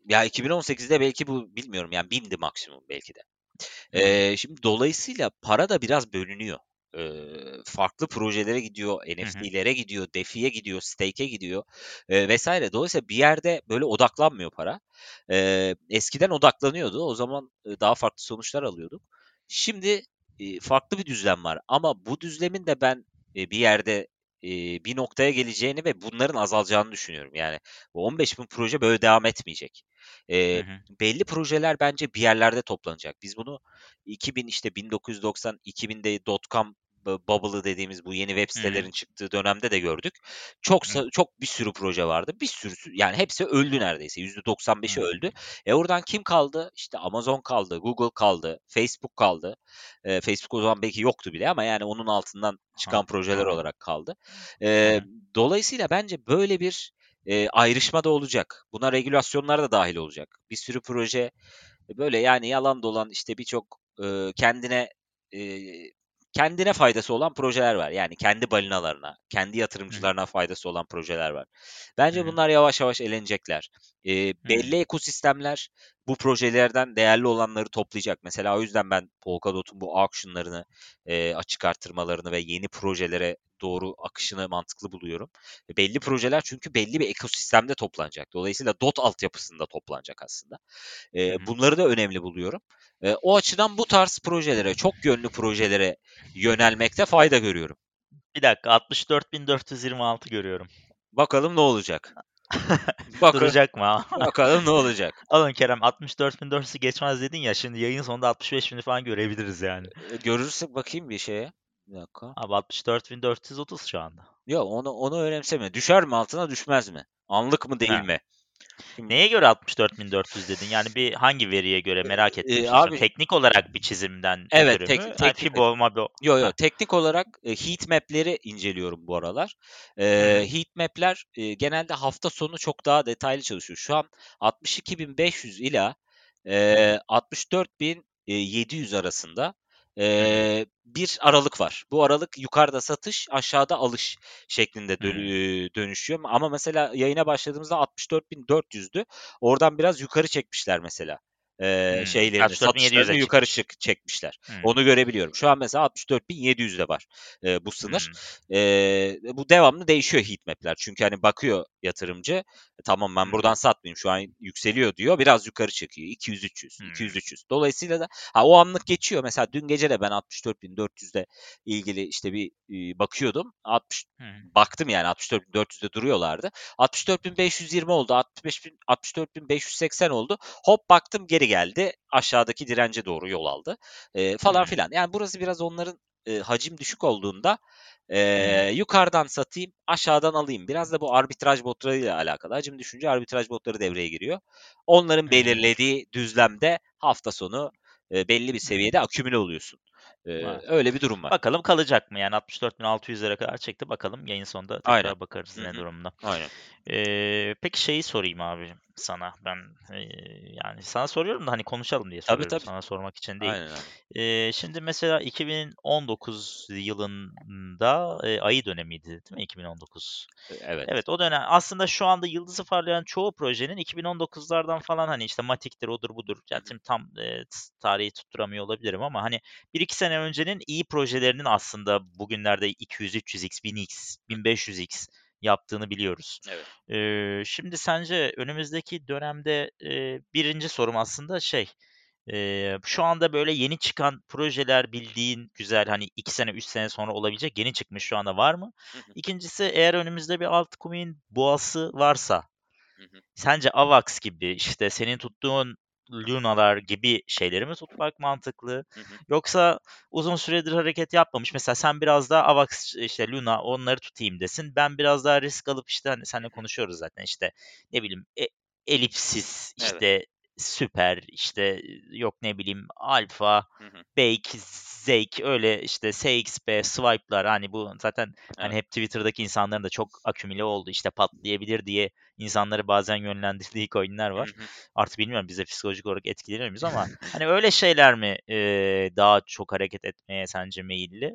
[SPEAKER 1] Ya iki bin on sekizde belki bu bilmiyorum yani bindi maksimum belki de.
[SPEAKER 2] Hı hı.
[SPEAKER 1] Eee, şimdi dolayısıyla para da biraz bölünüyor. Eee, farklı projelere gidiyor,
[SPEAKER 2] Hı hı.
[SPEAKER 1] N F T'lere gidiyor, DeFi'ye gidiyor, stake'e gidiyor, eee, vesaire. Dolayısıyla bir yerde böyle odaklanmıyor para. Eee, eskiden odaklanıyordu. O zaman, eee, daha farklı sonuçlar alıyorduk. Şimdi, eee, farklı bir düzlem var ama bu düzlemin de ben, eee, bir yerde, eee, bir noktaya geleceğini ve bunların azalacağını düşünüyorum. Yani bu on beş bin proje böyle devam etmeyecek.
[SPEAKER 2] Hı
[SPEAKER 1] Eee,
[SPEAKER 2] hı.
[SPEAKER 1] belli projeler bence bir yerlerde toplanacak. Biz bunu iki bin işte bin dokuz yüz doksan iki binde dot-com bu bubble'ı dediğimiz bu yeni web
[SPEAKER 2] Hı hı.
[SPEAKER 1] sitelerin çıktığı dönemde de gördük. Çok
[SPEAKER 2] Hı
[SPEAKER 1] sa çok bir sürü proje vardı. Bir sürüsü yani hepsi öldü neredeyse. yüzde doksan beşi
[SPEAKER 2] hı.
[SPEAKER 1] öldü. E oradan kim kaldı? İşte Amazon kaldı, Google kaldı, Facebook kaldı. Eee, Facebook o zaman belki yoktu bile ama yani onun altından
[SPEAKER 2] Ha.
[SPEAKER 1] çıkan projeler
[SPEAKER 2] Aha.
[SPEAKER 1] olarak kaldı.
[SPEAKER 2] Hı
[SPEAKER 1] Eee,
[SPEAKER 2] hı.
[SPEAKER 1] dolayısıyla bence böyle bir, eee, ayrışma da olacak. Buna regülasyonlar da dâhil olacak. Bir sürü proje e, böyle yani yalan dolan işte birçok, ııı, kendine, eee, kendine faydası olan projeler var. Yani kendi balinalarına, kendi
[SPEAKER 2] Hı hı.
[SPEAKER 1] yatırımcılarına faydası olan projeler var.
[SPEAKER 2] Hı
[SPEAKER 1] Bence
[SPEAKER 2] hı.
[SPEAKER 1] bunlar yavaş yavaş elenecekler. Eee, belli
[SPEAKER 2] Hımm.
[SPEAKER 1] ekosistemler bu projelerden değerli olanları toplayacak. Mesela o yüzden ben Polkadot'un bu auction'larını, eee, açık arttırmalarını ve yeni projelere doğru akışını mantıklı buluyorum. E, belli projeler çünkü belli bir ekosistemde toplanacak. Dolayısıyla D O T altyapısında toplanacak aslında.
[SPEAKER 2] Hı
[SPEAKER 1] Eee,
[SPEAKER 2] hı.
[SPEAKER 1] bunları da önemli buluyorum. Eee, o açıdan bu tarz projelere, çok yönlü projelere yönelmekte fayda görüyorum.
[SPEAKER 2] Bir dakika, altmış dört bin dört yüz yirmi altı görüyorum.
[SPEAKER 1] Bakalım ne olacak? Baka
[SPEAKER 2] Duracak mı ha?
[SPEAKER 1] bakalım ne olacak?
[SPEAKER 2] Oğlum Kerem, altmış dört bin dört yüzü geçmez dedin ya, şimdi yayın sonunda altmış beş bini falan görebiliriz yani.
[SPEAKER 1] Eee, görürsek bakayım bir şeye. Bir dakika.
[SPEAKER 2] Abi altmış dört bin dört yüz otuz şu anda.
[SPEAKER 1] Yok onu onu önemseme. Düşer mi altına, düşmez mi? Anlık mı, değil
[SPEAKER 2] Ha.
[SPEAKER 1] mi? Şimdi
[SPEAKER 2] Neye göre altmış dört bin dört yüz dedin? Yani bir hangi veriye göre merak ettim
[SPEAKER 1] eee,
[SPEAKER 2] şimdi soruyorum.
[SPEAKER 1] abi
[SPEAKER 2] Teknik olarak bir çizimden
[SPEAKER 1] evet,
[SPEAKER 2] ötürü
[SPEAKER 1] tek
[SPEAKER 2] mü? Ha,
[SPEAKER 1] teknik
[SPEAKER 2] Fibo, Mabo.
[SPEAKER 1] yo, yo,
[SPEAKER 2] Ha.
[SPEAKER 1] teknik olarak, eee, heat map'leri inceliyorum bu aralar.
[SPEAKER 2] Hı hı.
[SPEAKER 1] Eee, heat map'ler, eee, genelde hafta sonu çok daha detaylı çalışıyor. Şu an altmış iki bin beş yüz ila,
[SPEAKER 2] Hı hı.
[SPEAKER 1] eee, altmış dört bin yedi yüz arasında,
[SPEAKER 2] Hı hı.
[SPEAKER 1] eee, bir aralık var. Bu aralık yukarıda satış, aşağıda alış şeklinde dönü
[SPEAKER 2] Hımm.
[SPEAKER 1] eee, dönüşüyor. Ama mesela yayına başladığımızda altmış dört bin dört yüzdü. Oradan biraz yukarı çekmişler mesela. Eee,
[SPEAKER 2] Hımm.
[SPEAKER 1] şeylerini,
[SPEAKER 2] altmış dört bin yedi yüze
[SPEAKER 1] satışlarını yukarı
[SPEAKER 2] çıkmış.
[SPEAKER 1] çık çekmişler.
[SPEAKER 2] Hımm.
[SPEAKER 1] Onu görebiliyorum. Şu an mesela altmış dört bin yedi yüzde var, eee, bu sınır.
[SPEAKER 2] Hımm.
[SPEAKER 1] Eee, bu devamlı değişiyor heat map'ler. Çünkü, hani, bakıyor yatırımcı, "E, tamam
[SPEAKER 2] Hı
[SPEAKER 1] ben
[SPEAKER 2] hı.
[SPEAKER 1] buradan satmayayım, şu an yükseliyor." diyor. Biraz yukarı çekiyor. iki yüz üç yüz,
[SPEAKER 2] Hımm.
[SPEAKER 1] iki yüz üç yüz. Dolayısıyla da ha, o anlık geçiyor. Mesela dün gece de ben altmış dört bin dört yüzle ilgili, işte, bir, iii, bakıyordum. altmış
[SPEAKER 2] Hı hı.
[SPEAKER 1] baktım yani altmış dört bin dört yüzde duruyorlardı. altmış dört bin beş yüz yirmi oldu, altmış beş bin altmış dört bin beş yüz seksen oldu. Hop baktım geri geldi. Aşağıdaki dirence doğru yol aldı, eee, falan
[SPEAKER 2] Hımm.
[SPEAKER 1] filan. Yani burası biraz onların, eee, hacim düşük olduğunda,
[SPEAKER 2] Hımm.
[SPEAKER 1] eee, yukarıdan satayım, aşağıdan alayım. Biraz da bu arbitraj botlarıyla alakalı. Hacim düşünce arbitraj botları devreye giriyor. Onların
[SPEAKER 2] Hımm.
[SPEAKER 1] belirlediği düzlemde hafta sonu, eee, belli bir
[SPEAKER 2] Hı hı.
[SPEAKER 1] seviyede akümüle oluyorsun. Eee,
[SPEAKER 2] Evet.
[SPEAKER 1] öyle bir durum var.
[SPEAKER 2] Bakalım kalacak mı? Yani altmış dört bin altı yüzlere kadar çekti. Bakalım yayın sonunda
[SPEAKER 1] Aynen.
[SPEAKER 2] tekrar bakarız
[SPEAKER 1] Hı
[SPEAKER 2] ne
[SPEAKER 1] hı.
[SPEAKER 2] durumda.
[SPEAKER 1] Aynen.
[SPEAKER 2] Eee, peki şeyi sorayım abi sana. Ben, eee, yani sana soruyorum da hani konuşalım diye
[SPEAKER 1] Tabii,
[SPEAKER 2] soruyorum.
[SPEAKER 1] tabii.
[SPEAKER 2] Sana sormak için değil.
[SPEAKER 1] Aynen, aynen.
[SPEAKER 2] Eee, şimdi mesela iki bin on dokuz yılında, eee, ayı dönemiydi, değil mi iki bin on dokuz?
[SPEAKER 1] E evet.
[SPEAKER 2] Evet, o dönem aslında şu anda yıldızı parlayan çoğu projenin iki bin on dokuzlardan falan, hani, işte, Matik'tir, odur budur.
[SPEAKER 1] Hı
[SPEAKER 2] Ya,
[SPEAKER 1] hı.
[SPEAKER 2] şimdi tam, eee, ts tarihi tutturamıyor olabilirim ama, hani, bir iki sene öncenin iyi projelerinin aslında bugünlerde iki yüz üç yüz x, bin x,
[SPEAKER 1] Hı.
[SPEAKER 2] bin beş yüz x yaptığını biliyoruz.
[SPEAKER 1] Evet.
[SPEAKER 2] Eee, şimdi sence önümüzdeki dönemde, eee, birinci sorum aslında şey, eee, şu anda böyle yeni çıkan projeler bildiğin güzel, hani, iki sene, üç sene sonra olabilecek yeni çıkmış şu anda var mı?
[SPEAKER 1] Hı hı.
[SPEAKER 2] İkincisi eğer önümüzde bir altcoin boğası varsa
[SPEAKER 1] Hı hı.
[SPEAKER 2] sence AVAX gibi, işte, senin tuttuğun Luna'lar gibi şeyleri mi tutmak mantıklı?
[SPEAKER 1] Hı hı.
[SPEAKER 2] Yoksa uzun süredir hareket yapmamış, mesela sen biraz daha AVAX, işte, Luna onları tutayım desin. Ben biraz daha risk alıp, işte, hani,
[SPEAKER 1] Hı
[SPEAKER 2] seninle
[SPEAKER 1] hı.
[SPEAKER 2] konuşuyoruz zaten, işte, ne bileyim, e Ellipsis,
[SPEAKER 1] Evet.
[SPEAKER 2] işte, Süper, işte, yok ne bileyim, Alfa,
[SPEAKER 1] Hı hı.
[SPEAKER 2] Bake, Zeyk, öyle, işte, S X P, Swipe'lar, hani, bu zaten, hani,
[SPEAKER 1] Evet.
[SPEAKER 2] hep Twitter'daki insanların da çok akümüle oldu, işte, patlayabilir diye insanları bazen yönlendirdiği coin'ler
[SPEAKER 1] Hı
[SPEAKER 2] var.
[SPEAKER 1] hı.
[SPEAKER 2] Artık bilmiyorum biz de psikolojik olarak etkileniyor muyuz ama, hani, öyle şeyler mi, eee, daha çok hareket etmeye sence meyilli?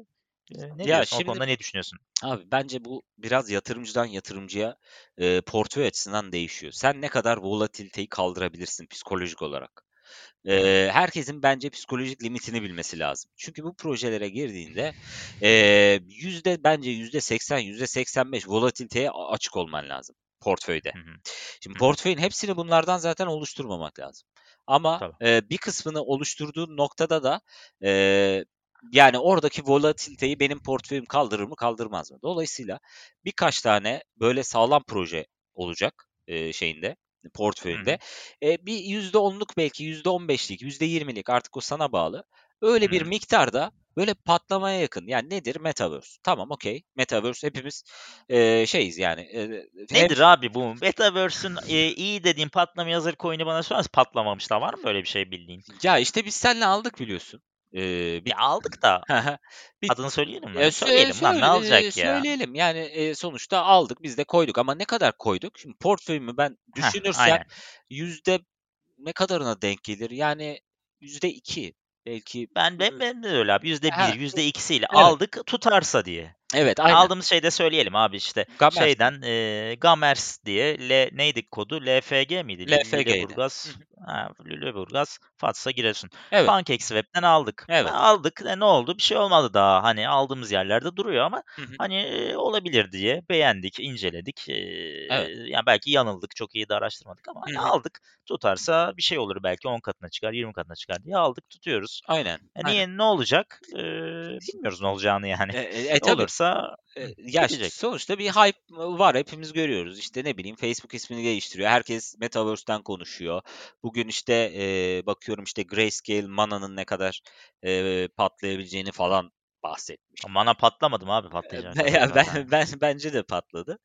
[SPEAKER 2] Eee, ne
[SPEAKER 1] Ya
[SPEAKER 2] diyorsun? O
[SPEAKER 1] şimdi
[SPEAKER 2] konuda ne düşünüyorsun?
[SPEAKER 1] abi bence bu biraz yatırımcıdan yatırımcıya e, portföy açısından değişiyor. Sen ne kadar volatiliteyi kaldırabilirsin psikolojik olarak?
[SPEAKER 2] Hı hı.
[SPEAKER 1] Eee, herkesin bence psikolojik limitini bilmesi lazım. Çünkü bu projelere girdiğinde eee, yüzde bence yüzde seksen, yüzde seksen beş volatiliteye a- açık olman lazım portföyde.
[SPEAKER 2] Hı hı.
[SPEAKER 1] Şimdi
[SPEAKER 2] Hı hı.
[SPEAKER 1] portföyün hepsini bunlardan zaten oluşturmamak lazım. Ama
[SPEAKER 2] Tabii.
[SPEAKER 1] eee, bir kısmını oluşturduğun noktada da eee, yani oradaki volatiliteyi benim portföyüm kaldırır mı kaldırmaz mı? Dolayısıyla birkaç tane böyle sağlam proje olacak eee, şeyinde
[SPEAKER 2] Hı hı.
[SPEAKER 1] portföyünde. Eee, bir yüzde onluk belki yüzde on beşlik, yüzde yirmilik artık o sana bağlı.
[SPEAKER 2] Hı
[SPEAKER 1] Öyle bir
[SPEAKER 2] hı.
[SPEAKER 1] miktarda böyle patlamaya yakın. Yani nedir? Metaverse. Tamam, okay. Metaverse hepimiz eee, şeyiz yani. Eee, hem
[SPEAKER 2] Nedir abi bu? Metaverse'ün, eee, iyi dediğin patlamaya hazır coin'i bana söyler misin? Patlamamış da var mı böyle bir şey bildiğin?
[SPEAKER 1] ya işte biz seninle aldık biliyorsun. Eee, bir
[SPEAKER 2] Ya aldık da
[SPEAKER 1] Hı hı. Bir
[SPEAKER 2] adını söyleyelim mi?
[SPEAKER 1] ya sö
[SPEAKER 2] Söyleyelim lan ne
[SPEAKER 1] söyle eee,
[SPEAKER 2] alacak ya?
[SPEAKER 1] söyleyelim. Yani, eee, sonuçta aldık, biz de koyduk ama ne kadar koyduk? Şimdi portföyümü ben
[SPEAKER 2] Heh,
[SPEAKER 1] düşünürsem
[SPEAKER 2] aynen.
[SPEAKER 1] yüzde ne kadarına denk gelir? Yani yüzde iki belki.
[SPEAKER 2] Ben ben ben de öyle abi. yüzde bir,
[SPEAKER 1] Ha,
[SPEAKER 2] yüzde ikisiyle
[SPEAKER 1] evet.
[SPEAKER 2] aldık tutarsa diye.
[SPEAKER 1] Evet, aynen.
[SPEAKER 2] Aldığımız şeyi de söyleyelim abi işte.
[SPEAKER 1] Gamers mi?
[SPEAKER 2] Şeyden, eee, Gamers diye L neydi kodu? L F G miydi? Lü
[SPEAKER 1] L F G'ydi. Hı
[SPEAKER 2] Lüleburgaz,
[SPEAKER 1] hı.
[SPEAKER 2] ha, Lüleburgaz, Fatsa, Giresun.
[SPEAKER 1] Evet,
[SPEAKER 2] PancakeSwap'ten aldık. Ha,
[SPEAKER 1] evet.
[SPEAKER 2] aldık. E, ne oldu? Bir şey olmadı daha. Hani aldığımız yerlerde duruyor ama
[SPEAKER 1] Hı hı.
[SPEAKER 2] hani, eee, olabilir diye beğendik, inceledik.
[SPEAKER 1] Evet.
[SPEAKER 2] Eee, ya belki yanıldık, çok iyi de araştırmadık ama
[SPEAKER 1] Hı
[SPEAKER 2] hani
[SPEAKER 1] hı.
[SPEAKER 2] aldık. Tutarsa bir şey olur belki on katına çıkar, yirmi katına çıkar diye aldık, tutuyoruz.
[SPEAKER 1] Aynen,
[SPEAKER 2] E,
[SPEAKER 1] aynen.
[SPEAKER 2] niye, ne olacak? Eee, bilmiyoruz ne olacağını yani.
[SPEAKER 1] E e e, tabii.
[SPEAKER 2] Olursa
[SPEAKER 1] Eee,
[SPEAKER 2] Hıh,
[SPEAKER 1] ya,
[SPEAKER 2] gidecek.
[SPEAKER 1] sonuçta bir hype var, hepimiz görüyoruz. İşte, ne bileyim, Facebook ismini değiştiriyor. Herkes Metaverse'ten konuşuyor. Bugün, işte, eee, bakıyorum, işte, Grayscale Mana'nın ne kadar eee, patlayabileceğini falan bahsetmiş.
[SPEAKER 2] Mana patlamadı abi
[SPEAKER 1] Eee,
[SPEAKER 2] patlayacağı
[SPEAKER 1] be
[SPEAKER 2] kadar
[SPEAKER 1] ya,
[SPEAKER 2] zaten.
[SPEAKER 1] ben ben bence de patladı.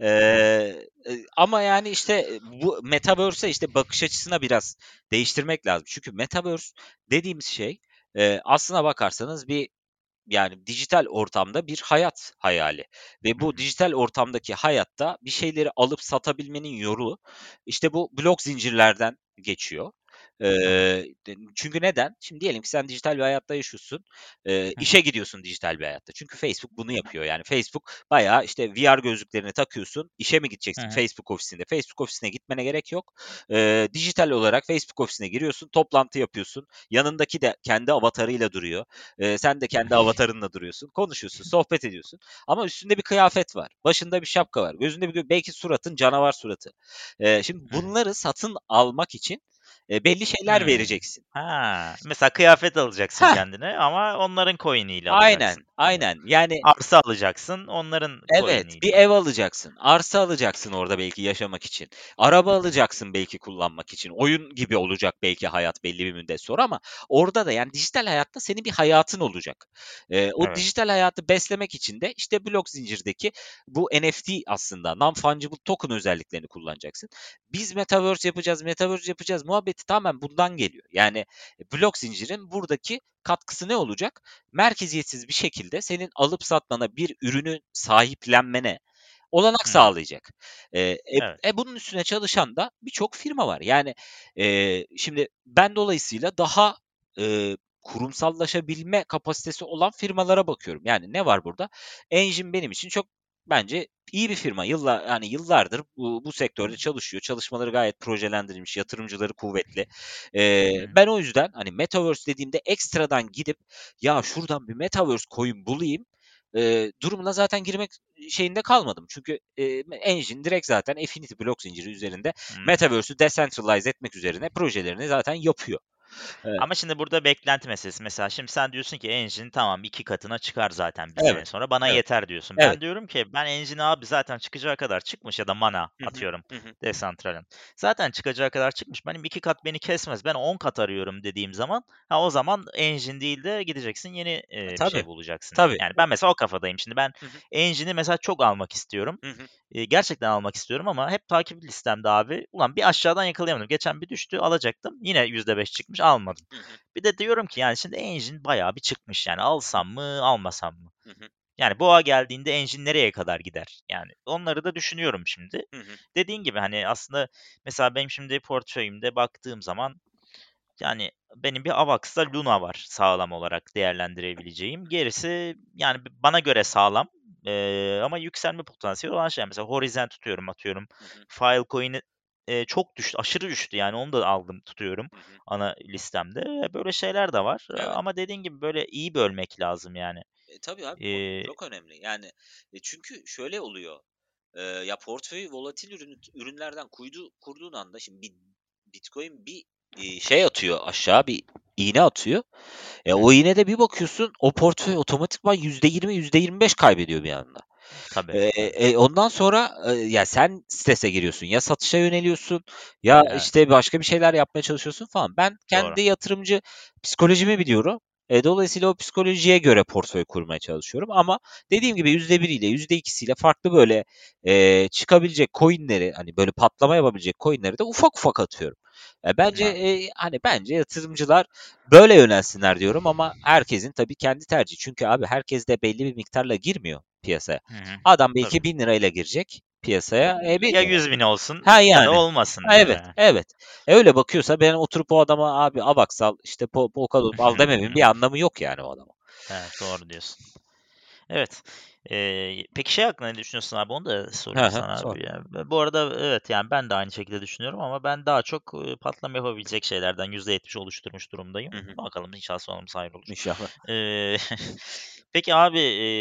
[SPEAKER 1] Eee, eee, ama yani, işte, bu Metaverse'e, işte, bakış açısına biraz değiştirmek lazım. Çünkü Metaverse dediğimiz şey, eee, aslına bakarsanız bir yani dijital ortamda bir hayat hayali ve
[SPEAKER 2] Hı
[SPEAKER 1] bu
[SPEAKER 2] hı.
[SPEAKER 1] dijital ortamdaki hayatta bir şeyleri alıp satabilmenin yolu, işte, bu blok zincirlerden geçiyor.
[SPEAKER 2] Hı hı.
[SPEAKER 1] Eee, de çünkü neden? Şimdi diyelim ki sen dijital bir hayatta yaşıyorsun, eee,
[SPEAKER 2] Hı hı.
[SPEAKER 1] işe gidiyorsun dijital bir hayatta. Çünkü Facebook bunu yapıyor. Yani Facebook bayağı, işte, V R gözlüklerini takıyorsun, işe mi
[SPEAKER 2] Hı
[SPEAKER 1] gideceksin
[SPEAKER 2] hı.
[SPEAKER 1] Facebook ofisinde? Facebook ofisine gitmene gerek yok. Eee, dijital olarak Facebook ofisine giriyorsun, toplantı yapıyorsun. Yanındaki de kendi avatarıyla duruyor. Eee, sen de kendi avatarınla duruyorsun. Konuşuyorsun, sohbet ediyorsun ama üstünde bir kıyafet var. Başında bir şapka var. Gözünde bir gö belki suratın canavar suratı. Eee, şimdi
[SPEAKER 2] Hı hı.
[SPEAKER 1] bunları satın almak için, eee, belli şeyler
[SPEAKER 2] Hımm.
[SPEAKER 1] vereceksin.
[SPEAKER 2] Ha, mesela kıyafet alacaksın
[SPEAKER 1] Heh!
[SPEAKER 2] kendine ama onların coin'iyle
[SPEAKER 1] Aynen,
[SPEAKER 2] alacaksın. Hani
[SPEAKER 1] aynen. Yani
[SPEAKER 2] arsa alacaksın onların
[SPEAKER 1] evet, bir
[SPEAKER 2] coin'iyle.
[SPEAKER 1] ev alacaksın, arsa alacaksın orada belki yaşamak için, araba alacaksın belki kullanmak için, oyun gibi olacak belki hayat belli bir müddet sonra ama orada da yani dijital hayatta senin bir hayatın olacak. Eee, o
[SPEAKER 2] Evet.
[SPEAKER 1] dijital hayatı beslemek için de işte blok zincirdeki bu N F T aslında non-fungible token özelliklerini kullanacaksın. Biz metaverse yapacağız, metaverse yapacağız muhabbeti tamamen bundan geliyor. Yani blok zincirin buradaki katkısı ne olacak? Merkeziyetsiz bir şekilde senin alıp satmana, bir ürünü sahiplenmene olanak
[SPEAKER 2] Hı hı.
[SPEAKER 1] sağlayacak. Eee,
[SPEAKER 2] Evet.
[SPEAKER 1] e, e, bunun üstüne çalışan da birçok firma var. Yani, eee, şimdi ben dolayısıyla daha, eee, kurumsallaşabilme kapasitesi olan firmalara bakıyorum. Yani ne var burada? Engine benim için çok bence iyi bir firma. Yıllar yani yıllardır bu bu sektörde çalışıyor. Çalışmaları gayet projelendirilmiş, yatırımcıları kuvvetli.
[SPEAKER 2] Hı
[SPEAKER 1] Eee,
[SPEAKER 2] hı.
[SPEAKER 1] ben o yüzden, hani, Metaverse dediğimde ekstradan gidip ya şuradan bir Metaverse coin bulayım, eee, durumuna zaten girmek şeyinde kalmadım. Çünkü, eee, Engine direkt zaten Affinity blok zinciri üzerinde
[SPEAKER 2] Hımm.
[SPEAKER 1] Metaverse'ü decentralize etmek üzerine projelerini zaten yapıyor. Evet,
[SPEAKER 2] Ama şimdi burada beklenti meselesi. Mesela şimdi sen diyorsun ki Engine tamam iki katına çıkar zaten bir sene
[SPEAKER 1] evet,
[SPEAKER 2] sonra bana
[SPEAKER 1] evet,
[SPEAKER 2] yeter diyorsun.
[SPEAKER 1] evet.
[SPEAKER 2] Ben diyorum ki ben Engine abi zaten çıkacağı kadar çıkmış ya da Mana
[SPEAKER 1] Hı hı.
[SPEAKER 2] atıyorum
[SPEAKER 1] Hı hı.
[SPEAKER 2] Decentral'ın. Zaten çıkacağı kadar çıkmış. Benim iki kat beni kesmez. Ben on kat arıyorum dediğim zaman ha o zaman Engine değil de gideceksin yeni,
[SPEAKER 1] E,
[SPEAKER 2] eee, bir
[SPEAKER 1] tabii,
[SPEAKER 2] şey bulacaksın.
[SPEAKER 1] tabii.
[SPEAKER 2] Yani ben mesela o kafadayım. Şimdi ben
[SPEAKER 1] Hı hı.
[SPEAKER 2] Engine'i mesela çok almak istiyorum.
[SPEAKER 1] Hı hı.
[SPEAKER 2] Eee, gerçekten almak istiyorum ama hep takip listemde abi. Ulan bir aşağıdan yakalayamadım. Geçen bir düştü alacaktım. Yine yüzde beş çıkmış almadım.
[SPEAKER 1] Hı hı.
[SPEAKER 2] Bir de diyorum ki yani şimdi Engine bayağı bir çıkmış yani alsam mı almasam mı?
[SPEAKER 1] Hı hı.
[SPEAKER 2] Yani boğa geldiğinde Engine nereye kadar gider? Yani onları da düşünüyorum şimdi.
[SPEAKER 1] Hı hı.
[SPEAKER 2] Dediğin gibi hani aslında mesela benim şimdi portföyümde baktığım zaman Yani benim bir Avax'la Luna var sağlam olarak değerlendirebileceğim. Gerisi yani bana göre sağlam eee, ama yükselme potansiyeli olan şey. Mesela Horizon tutuyorum atıyorum.
[SPEAKER 1] Hı hı.
[SPEAKER 2] Filecoin'i eee, çok düştü, aşırı düştü yani onu da aldım tutuyorum
[SPEAKER 1] Hı hı.
[SPEAKER 2] ana listemde. E, Böyle şeyler de var. E,
[SPEAKER 1] Evet.
[SPEAKER 2] Ama dediğin gibi böyle iyi bölmek lazım yani.
[SPEAKER 1] E, tabii abi çok
[SPEAKER 2] Eee,
[SPEAKER 1] çok önemli. Yani e, çünkü şöyle oluyor. E, ya portföyü volatil ürün, ürünlerden kuydu, kurduğun anda şimdi bir Bitcoin bir e, şey atıyor aşağı bir iğne atıyor. E,
[SPEAKER 2] hı
[SPEAKER 1] o
[SPEAKER 2] hı,
[SPEAKER 1] iğnede bir bakıyorsun o portföy otomatikman yüzde yirmi yüzde yirmi beş kaybediyor bir anda.
[SPEAKER 2] tabii
[SPEAKER 1] Eee,
[SPEAKER 2] tabii.
[SPEAKER 1] eee, ondan sonra, eee, ya, sen strese giriyorsun. Ya satışa yöneliyorsun ya,
[SPEAKER 2] Evet,
[SPEAKER 1] işte, başka bir şeyler yapmaya çalışıyorsun falan. Ben
[SPEAKER 2] doğru.
[SPEAKER 1] kendi yatırımcı psikolojimi biliyorum. Eee, dolayısıyla o psikolojiye göre portföy kurmaya çalışıyorum ama dediğim gibi yüzde biriyle yüzde ikisiyle farklı, böyle, eee, çıkabilecek coin'leri, hani, böyle, patlama yapabilecek coin'leri de ufak ufak atıyorum. Eee, bence,
[SPEAKER 2] Evet.
[SPEAKER 1] eee, hani, bence yatırımcılar böyle yönelsinler diyorum ama herkesin tabii kendi tercihi. Çünkü abi herkes de belli bir miktarla girmiyor piyasaya.
[SPEAKER 2] Hı hı,
[SPEAKER 1] Adam
[SPEAKER 2] tabii.
[SPEAKER 1] belki bin lirayla girecek piyasaya. E, bin
[SPEAKER 2] Ya
[SPEAKER 1] lira.
[SPEAKER 2] yüz bin olsun
[SPEAKER 1] Ha,
[SPEAKER 2] ya da
[SPEAKER 1] yani.
[SPEAKER 2] olmasın
[SPEAKER 1] Ha,
[SPEAKER 2] diyor
[SPEAKER 1] evet,
[SPEAKER 2] yani.
[SPEAKER 1] evet. E, öyle bakıyorsa ben oturup o adama abi Avax al, işte po Polkadot al dememin bir anlamı yok yani o adama.
[SPEAKER 2] Evet, doğru diyorsun. Evet. Eee, peki şey hakkında ne düşünüyorsun abi? Onu da
[SPEAKER 1] Hı
[SPEAKER 2] sorayım
[SPEAKER 1] hı,
[SPEAKER 2] sana
[SPEAKER 1] sor.
[SPEAKER 2] abi. Yani b- bu arada evet yani ben de aynı şekilde düşünüyorum ama ben daha çok e, patlama yapabilecek şeylerden yüzde yetmiş oluşturmuş durumdayım.
[SPEAKER 1] Hı hı.
[SPEAKER 2] Bakalım inşallah sonumuz hayır olur.
[SPEAKER 1] İnşallah.
[SPEAKER 2] Eee, peki abi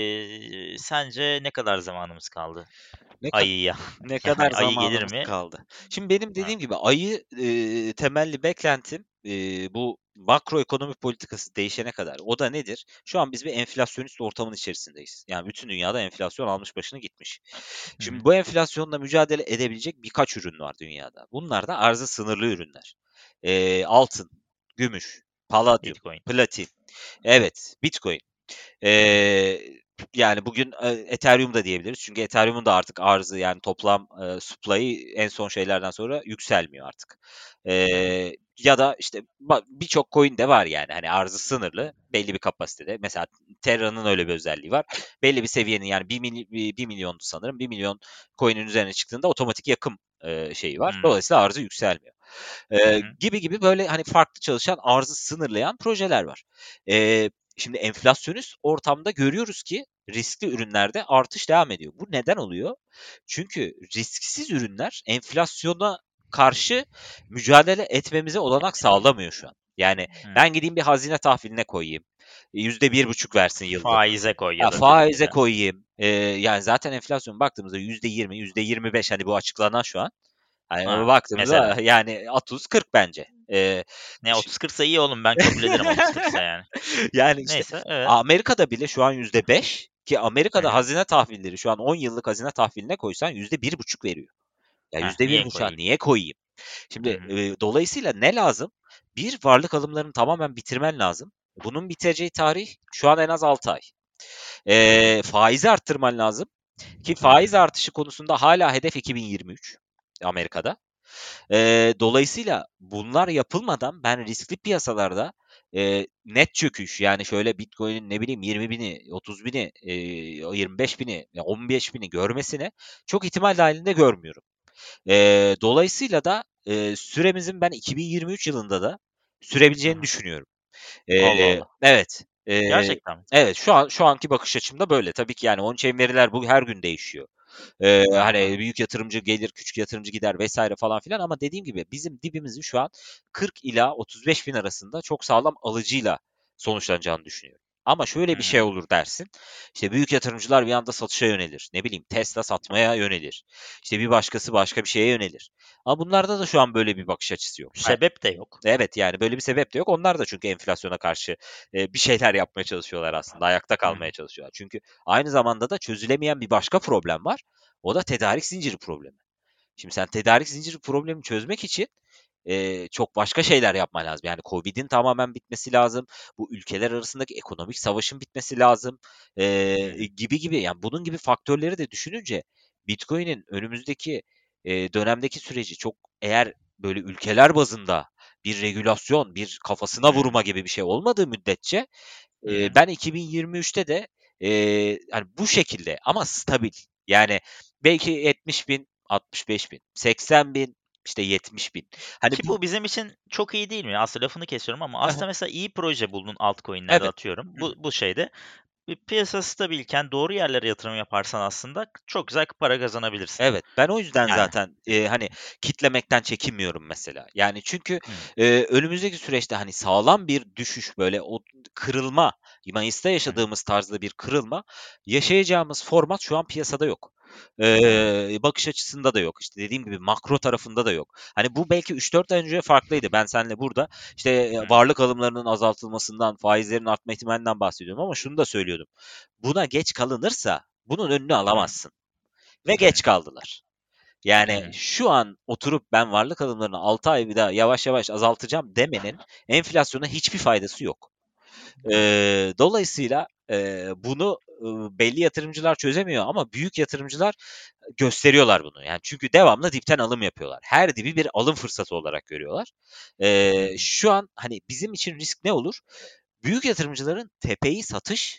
[SPEAKER 2] eee, sence ne kadar zamanımız kaldı
[SPEAKER 1] Ne kad
[SPEAKER 2] ayıya?
[SPEAKER 1] ne kadar
[SPEAKER 2] Yani ayı gelir
[SPEAKER 1] zamanımız
[SPEAKER 2] mi?
[SPEAKER 1] kaldı? Şimdi benim
[SPEAKER 2] Evet.
[SPEAKER 1] dediğim gibi ayı, eee, temelli beklentim, eee, bu makroekonomik politikası değişene kadar. O da nedir? Şu an biz bir enflasyonist ortamın içerisindeyiz. Yani bütün dünyada enflasyon almış başını gitmiş.
[SPEAKER 2] Hı
[SPEAKER 1] Şimdi
[SPEAKER 2] hı.
[SPEAKER 1] bu enflasyonla mücadele edebilecek birkaç ürün var dünyada. Bunlar da arzı sınırlı ürünler. Eee, altın, gümüş, paladyum,
[SPEAKER 2] Bitcoin.
[SPEAKER 1] platin, evet, Bitcoin.
[SPEAKER 2] Hı hı.
[SPEAKER 1] Eee, yani bugün, eee, Ethereum da diyebiliriz. Çünkü Ethereum'un da artık arzı yani toplam, eee, supply'ı en son şeylerden sonra yükselmiyor artık.
[SPEAKER 2] Evet.
[SPEAKER 1] Eee, ya da işte ba birçok coin de var yani hani arzı sınırlı belli bir kapasitede. Mesela Terra'nın öyle bir özelliği var. Belli bir seviyenin yani bir mili bir bir milyondu sanırım. bir milyon coin'in üzerine çıktığında otomatik yakım, eee, şeyi var.
[SPEAKER 2] Hımm.
[SPEAKER 1] Dolayısıyla arzı yükselmiyor.
[SPEAKER 2] Hı
[SPEAKER 1] Eee,
[SPEAKER 2] hı.
[SPEAKER 1] gibi gibi böyle hani farklı çalışan, arzı sınırlayan projeler var. Eee, şimdi enflasyonist ortamda görüyoruz ki riskli ürünlerde artış devam ediyor. Bu neden oluyor? Çünkü risksiz ürünler enflasyona karşı mücadele etmemize olanak sağlamıyor şu an. Yani
[SPEAKER 2] Hı.
[SPEAKER 1] ben gideyim bir hazine tahviline koyayım. yüzde bir buçuk versin yıllık.
[SPEAKER 2] Faize koy
[SPEAKER 1] Ha,
[SPEAKER 2] ya da
[SPEAKER 1] faize
[SPEAKER 2] Türkiye'de.
[SPEAKER 1] koyayım. Eee, yani zaten enflasyon baktığımızda yüzde yirmi, yüzde yirmi beş hani bu açıklanan şu an. Hani
[SPEAKER 2] Ha,
[SPEAKER 1] baktığımızda
[SPEAKER 2] mesela.
[SPEAKER 1] yani otuz kırk bence. Eee,
[SPEAKER 2] Ne
[SPEAKER 1] şi
[SPEAKER 2] otuz kırksa iyi oğlum ben kabul ederim otuz kırksa yani.
[SPEAKER 1] yani işte
[SPEAKER 2] Neyse evet.
[SPEAKER 1] Amerika'da bile şu an yüzde beş ki
[SPEAKER 2] Hı
[SPEAKER 1] Amerika'da
[SPEAKER 2] hı.
[SPEAKER 1] hazine tahvilleri şu an on yıllık hazine tahviline koysan yüzde bir buçuk veriyor. Ya
[SPEAKER 2] Heh,
[SPEAKER 1] yüzde bir
[SPEAKER 2] niye
[SPEAKER 1] buçuğa
[SPEAKER 2] koyayım?
[SPEAKER 1] niye koyayım?
[SPEAKER 2] Hı
[SPEAKER 1] Şimdi,
[SPEAKER 2] hı.
[SPEAKER 1] eee, dolayısıyla ne lazım? Bir, varlık alımlarını tamamen bitirmen lazım. Bunun biteceği tarih şu an en az altı ay.
[SPEAKER 2] Hı hı.
[SPEAKER 1] Eee, faizi arttırman lazım ki
[SPEAKER 2] Hı hı.
[SPEAKER 1] faiz artışı konusunda hala hedef iki bin yirmi üç Amerika'da. Eee, dolayısıyla bunlar yapılmadan ben riskli piyasalarda, eee, net çöküş, yani şöyle Bitcoin'in ne bileyim yirmi bini, otuz bini, eee, yirmi beş bini, ya on beş bini görmesini çok ihtimal dâhilinde görmüyorum. Eee, dolayısıyla da, eee, süremizin ben iki bin yirmi üç yılında da
[SPEAKER 2] Hı
[SPEAKER 1] sürebileceğini
[SPEAKER 2] hı.
[SPEAKER 1] düşünüyorum.
[SPEAKER 2] Allah
[SPEAKER 1] Eee,
[SPEAKER 2] Allah.
[SPEAKER 1] evet, eee,
[SPEAKER 2] Gerçekten mi?
[SPEAKER 1] evet, şu an şu anki bakış açımda böyle. Tabii ki yani on-chain veriler bu her gün değişiyor. Eee,
[SPEAKER 2] Hı hı. Hı
[SPEAKER 1] hani
[SPEAKER 2] hı.
[SPEAKER 1] büyük yatırımcı gelir, küçük yatırımcı gider vesaire falan filan ama dediğim gibi bizim dibimizin şu an kırk ila otuz beş bin arasında çok sağlam alıcıyla sonuçlanacağını düşünüyorum. Ama şöyle bir şey
[SPEAKER 2] Hımm.
[SPEAKER 1] olur dersin. İşte büyük yatırımcılar bir anda satışa yönelir. Ne bileyim Tesla satmaya yönelir. İşte bir başkası başka bir şeye yönelir. Ama bunlarda da şu an böyle bir bakış açısı yok. Ha,
[SPEAKER 2] Sebep de yok.
[SPEAKER 1] evet, yani böyle bir sebep de yok. Onlar da çünkü enflasyona karşı, eee, bir şeyler yapmaya çalışıyorlar aslında. Ayakta
[SPEAKER 2] Hı
[SPEAKER 1] kalmaya
[SPEAKER 2] hı.
[SPEAKER 1] çalışıyorlar. Çünkü aynı zamanda da çözülemeyen bir başka problem var. O da tedarik zinciri problemi. Şimdi sen tedarik zinciri problemini çözmek için, eee, çok başka şeyler yapman lazım. Yani Covid'in tamamen bitmesi lazım. Bu ülkeler arasındaki ekonomik savaşın bitmesi lazım,
[SPEAKER 2] Hı
[SPEAKER 1] eee,
[SPEAKER 2] hı.
[SPEAKER 1] gibi gibi. Yani bunun gibi faktörleri de düşününce Bitcoin'in önümüzdeki, eee, dönemdeki süreci çok eğer böyle ülkeler bazında bir regülasyon, bir kafasına
[SPEAKER 2] Hı
[SPEAKER 1] vurma
[SPEAKER 2] hı.
[SPEAKER 1] gibi bir şey olmadığı müddetçe,
[SPEAKER 2] Hı
[SPEAKER 1] eee,
[SPEAKER 2] hı.
[SPEAKER 1] ben iki bin yirmi üçte de, eee, hani, bu şekilde ama stabil, yani belki yetmiş bin, altmış beş bin, seksen bin işte yetmiş bin. Hani
[SPEAKER 2] Ki
[SPEAKER 1] bu
[SPEAKER 2] bu bizim için çok iyi değil mi? Aslında lafını kesiyorum ama
[SPEAKER 1] Hı hı.
[SPEAKER 2] aslında mesela iyi proje buldun altcoin'lerde
[SPEAKER 1] Evet.
[SPEAKER 2] atıyorum.
[SPEAKER 1] Hı hı.
[SPEAKER 2] Bu bu şeyde. Bir piyasa stabilken doğru yerlere yatırım yaparsan aslında çok güzel para kazanabilirsin.
[SPEAKER 1] Evet, ben o yüzden
[SPEAKER 2] Yani.
[SPEAKER 1] zaten, eee, hani, kitlemekten çekinmiyorum mesela. Yani çünkü,
[SPEAKER 2] Hımm.
[SPEAKER 1] eee, önümüzdeki süreçte, hani, sağlam bir düşüş, böyle o kırılma, Mayıs'ta
[SPEAKER 2] Hı hı.
[SPEAKER 1] yaşadığımız tarzda bir kırılma, yaşayacağımız format şu an piyasada yok.
[SPEAKER 2] Evet.
[SPEAKER 1] Eee, bakış açısında da yok. İşte, dediğim gibi makro tarafında da yok. Hani, bu belki üç dört ay önce farklıydı. Ben seninle burada, işte, eee,
[SPEAKER 2] Hı hı.
[SPEAKER 1] varlık alımlarının azaltılmasından, faizlerin artma ihtimalinden bahsediyordum ama şunu da söylüyordum. Buna geç kalınırsa bunun önünü
[SPEAKER 2] Hı hı.
[SPEAKER 1] alamazsın ve
[SPEAKER 2] Hı hı.
[SPEAKER 1] geç kaldılar.
[SPEAKER 2] Hı
[SPEAKER 1] Yani
[SPEAKER 2] hı.
[SPEAKER 1] şu an oturup ben varlık alımlarını altı ay bir daha yavaş yavaş azaltacağım demenin enflasyona hiçbir faydası yok.
[SPEAKER 2] Evet.
[SPEAKER 1] Eee, dolayısıyla, eee, bunu, ııı, belli yatırımcılar çözemiyor ama büyük yatırımcılar gösteriyorlar bunu. Yani çünkü devamlı dipten alım yapıyorlar. Her dibi bir alım fırsatı olarak görüyorlar.
[SPEAKER 2] Hı
[SPEAKER 1] Eee,
[SPEAKER 2] hı.
[SPEAKER 1] şu an, hani, bizim için risk ne olur? Büyük yatırımcıların tepeyi satış,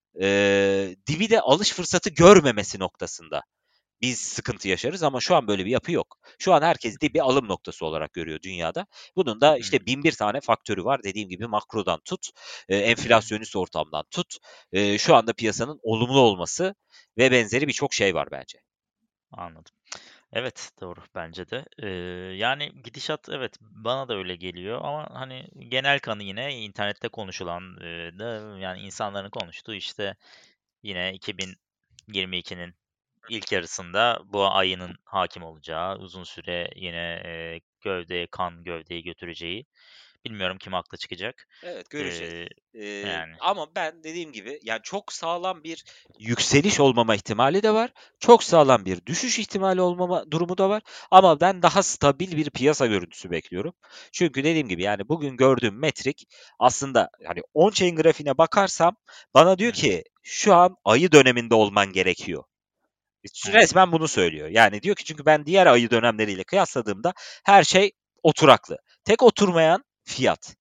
[SPEAKER 1] eee, dibi de alış fırsatı görmemesi noktasında biz sıkıntı yaşarız ama şu an böyle bir yapı yok. Şu an herkes de bir alım noktası olarak görüyor dünyada. Bunun da
[SPEAKER 2] Hı hı.
[SPEAKER 1] işte bin bir tane faktörü var. Dediğim gibi makrodan tut, eee,
[SPEAKER 2] Hı hı.
[SPEAKER 1] enflasyonist ortamdan tut, eee, şu anda piyasanın olumlu olması ve benzeri birçok şey var bence.
[SPEAKER 2] Anladım. Evet, doğru bence de. Eee, yani gidişat evet, bana da öyle geliyor ama hani genel kanı yine internette konuşulan, eee, da yani insanların konuştuğu işte yine iki bin yirmi ikinin ilk yarısında bu ayının hakim olacağı, uzun süre yine, eee, gövdeye kan gövdeyi götüreceği. Bilmiyorum kim haklı çıkacak.
[SPEAKER 1] Evet, göreceğiz.
[SPEAKER 2] Eee,
[SPEAKER 1] Eee,
[SPEAKER 2] yani.
[SPEAKER 1] ama ben dediğim gibi, yani, çok sağlam bir yükseliş olmama ihtimali de var. Çok sağlam bir düşüş ihtimali olmama durumu da var ama ben daha stabil bir piyasa görüntüsü bekliyorum. Çünkü dediğim gibi, yani, bugün gördüğüm metrik aslında, hani, on-chain grafiğine bakarsam bana
[SPEAKER 2] Hı
[SPEAKER 1] diyor
[SPEAKER 2] hı.
[SPEAKER 1] ki şu an ayı döneminde olman gerekiyor.
[SPEAKER 2] Evet.
[SPEAKER 1] Resmen bunu söylüyor. Yani, diyor ki çünkü ben diğer ayı dönemleriyle kıyasladığımda her şey oturaklı. Tek oturmayan fiyat.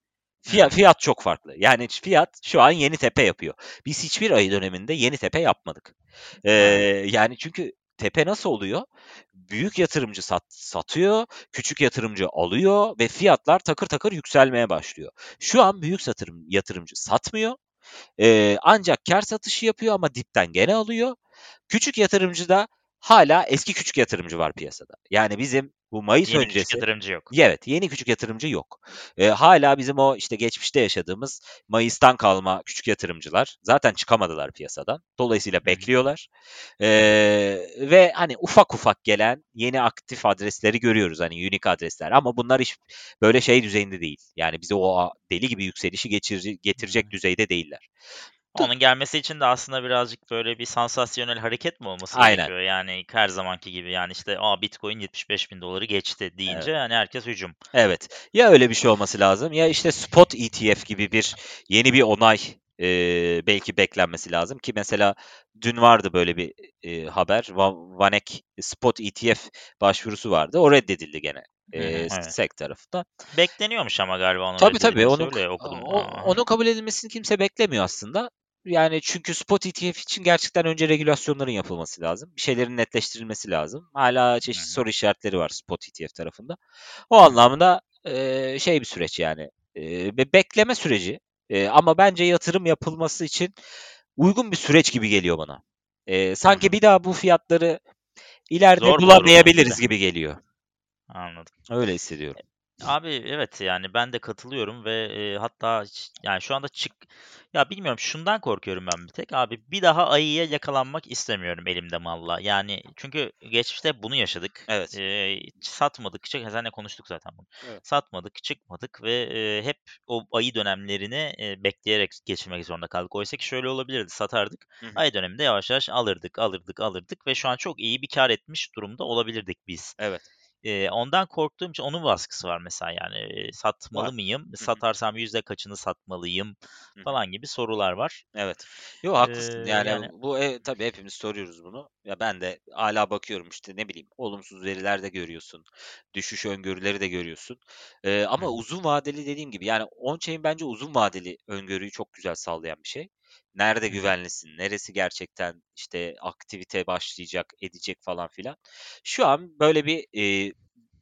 [SPEAKER 2] Hı
[SPEAKER 1] Fiya
[SPEAKER 2] hı.
[SPEAKER 1] fiyat çok farklı. Yani fiyat şu an yeni tepe yapıyor. Biz hiçbir ayı döneminde yeni tepe yapmadık. Eee,
[SPEAKER 2] Evet.
[SPEAKER 1] yani çünkü tepe nasıl oluyor? Büyük yatırımcı sat satıyor, küçük yatırımcı alıyor ve fiyatlar takır takır yükselmeye başlıyor. Şu an büyük satırım yatırımcı satmıyor, eee, ancak kâr satışı yapıyor ama dipten gene alıyor. Küçük yatırımcı da hâlâ eski küçük yatırımcı var piyasada. Yani bizim bu mayıs
[SPEAKER 2] Yeni küçük
[SPEAKER 1] öncesi
[SPEAKER 2] yatırımcı yok.
[SPEAKER 1] Evet, yeni küçük yatırımcı yok. Eee, hâlâ bizim o, işte, geçmişte yaşadığımız mayıstan kalma küçük yatırımcılar zaten çıkamadılar piyasadan. Dolayısıyla
[SPEAKER 2] Hı hı.
[SPEAKER 1] bekliyorlar.
[SPEAKER 2] Evet.
[SPEAKER 1] Eee, ve, hani, ufak ufak gelen yeni aktif adresleri görüyoruz, hani, unique adresler ama bunlar hiç böyle şey düzeyinde değil. Yani bize o a deli gibi yükselişi geçirici getirecek
[SPEAKER 2] Hıı.
[SPEAKER 1] düzeyde değiller. Dı
[SPEAKER 2] Onun gelmesi için de aslında birazcık böyle bir sansasyonel hareket mi olması
[SPEAKER 1] Aynen.
[SPEAKER 2] gerekiyor? Yani her zamanki gibi, yani, işte, "A, Bitcoin yetmiş beş bin doları geçti."
[SPEAKER 1] Evet.
[SPEAKER 2] deyince, hani, herkes hücum.
[SPEAKER 1] Evet. Ya öyle bir şey olması lazım ya, işte, spot E T F gibi bir yeni bir onay, eee, belki beklenmesi lazım ki mesela dün vardı böyle bir, eee, haber. Va Vanek Spot E T F başvurusu vardı. O reddedildi gene,
[SPEAKER 2] Hı hı,
[SPEAKER 1] eee,
[SPEAKER 2] evet.
[SPEAKER 1] S E C tarafından.
[SPEAKER 2] Bekleniyormuş ama galiba onun
[SPEAKER 1] Tabii, tabii.
[SPEAKER 2] reddedilmesi,
[SPEAKER 1] Onun
[SPEAKER 2] öyle okudum.
[SPEAKER 1] o
[SPEAKER 2] Aaa.
[SPEAKER 1] onun kabul edilmesini kimse beklemiyor aslında. Yani çünkü spot E T F için gerçekten önce regülasyonların yapılması lazım. Bir şeylerin netleştirilmesi lazım. Hâlâ
[SPEAKER 2] Hı
[SPEAKER 1] çeşitli
[SPEAKER 2] hı.
[SPEAKER 1] soru işaretleri var spot E T F tarafında. O
[SPEAKER 2] Hı hı.
[SPEAKER 1] anlamda, eee, şey bir süreç yani, eee, be bekleme süreci, eee, ama bence yatırım yapılması için uygun bir süreç gibi geliyor bana. Eee,
[SPEAKER 2] Hı
[SPEAKER 1] sanki
[SPEAKER 2] hı.
[SPEAKER 1] bir daha bu fiyatları ileride
[SPEAKER 2] Zor bulurum onunki de.
[SPEAKER 1] bulamayabiliriz gibi geliyor.
[SPEAKER 2] Anladım.
[SPEAKER 1] Öyle hissediyorum.
[SPEAKER 2] Abi, evet, yani, ben de katılıyorum ve, eee, hatta ş yani, şu anda çık ya, bilmiyorum, şundan korkuyorum ben bir tek, abi, bir daha ayıya yakalanmak istemiyorum elimde malla. Yani, çünkü geçmişte hep bunu yaşadık.
[SPEAKER 1] Evet.
[SPEAKER 2] Eee, satmadıkça seninle konuştuk zaten bunu.
[SPEAKER 1] Evet.
[SPEAKER 2] Satmadık, çıkmadık ve, eee, hep o ayı dönemlerini, eee, bekleyerek geçirmek zorunda kaldık. Oysa ki şöyle olabilirdi, satardık,
[SPEAKER 1] Hı hı.
[SPEAKER 2] ayı döneminde yavaş yavaş alırdık, alırdık, alırdık ve şu an çok iyi bir kâr etmiş durumda olabilirdik biz.
[SPEAKER 1] Evet.
[SPEAKER 2] Eee, ondan korktuğum için onun baskısı var mesela, yani, eee,
[SPEAKER 1] Var.
[SPEAKER 2] satmalı mıyım?
[SPEAKER 1] Hı hı.
[SPEAKER 2] Satarsam yüzde kaçını satmalıyım
[SPEAKER 1] Hı hı.
[SPEAKER 2] falan gibi sorular var.
[SPEAKER 1] Evet. Yo,
[SPEAKER 2] Eee,
[SPEAKER 1] haklısın. Yani
[SPEAKER 2] yani.
[SPEAKER 1] bu e tabii hepimiz soruyoruz bunu. Ya ben de hâlâ bakıyorum, işte, ne bileyim, olumsuz veriler de görüyorsun. Düşüş öngörüleri de görüyorsun. Eee,
[SPEAKER 2] Hı
[SPEAKER 1] ama
[SPEAKER 2] hı.
[SPEAKER 1] uzun vadeli dediğim gibi, yani on-chain bence uzun vadeli öngörüyü çok güzel sağlayan bir şey. Nerede
[SPEAKER 2] Hı hı.
[SPEAKER 1] güvenlisin, neresi gerçekten, işte, aktivite başlayacak, edecek falan filan. Şu an böyle bir, eee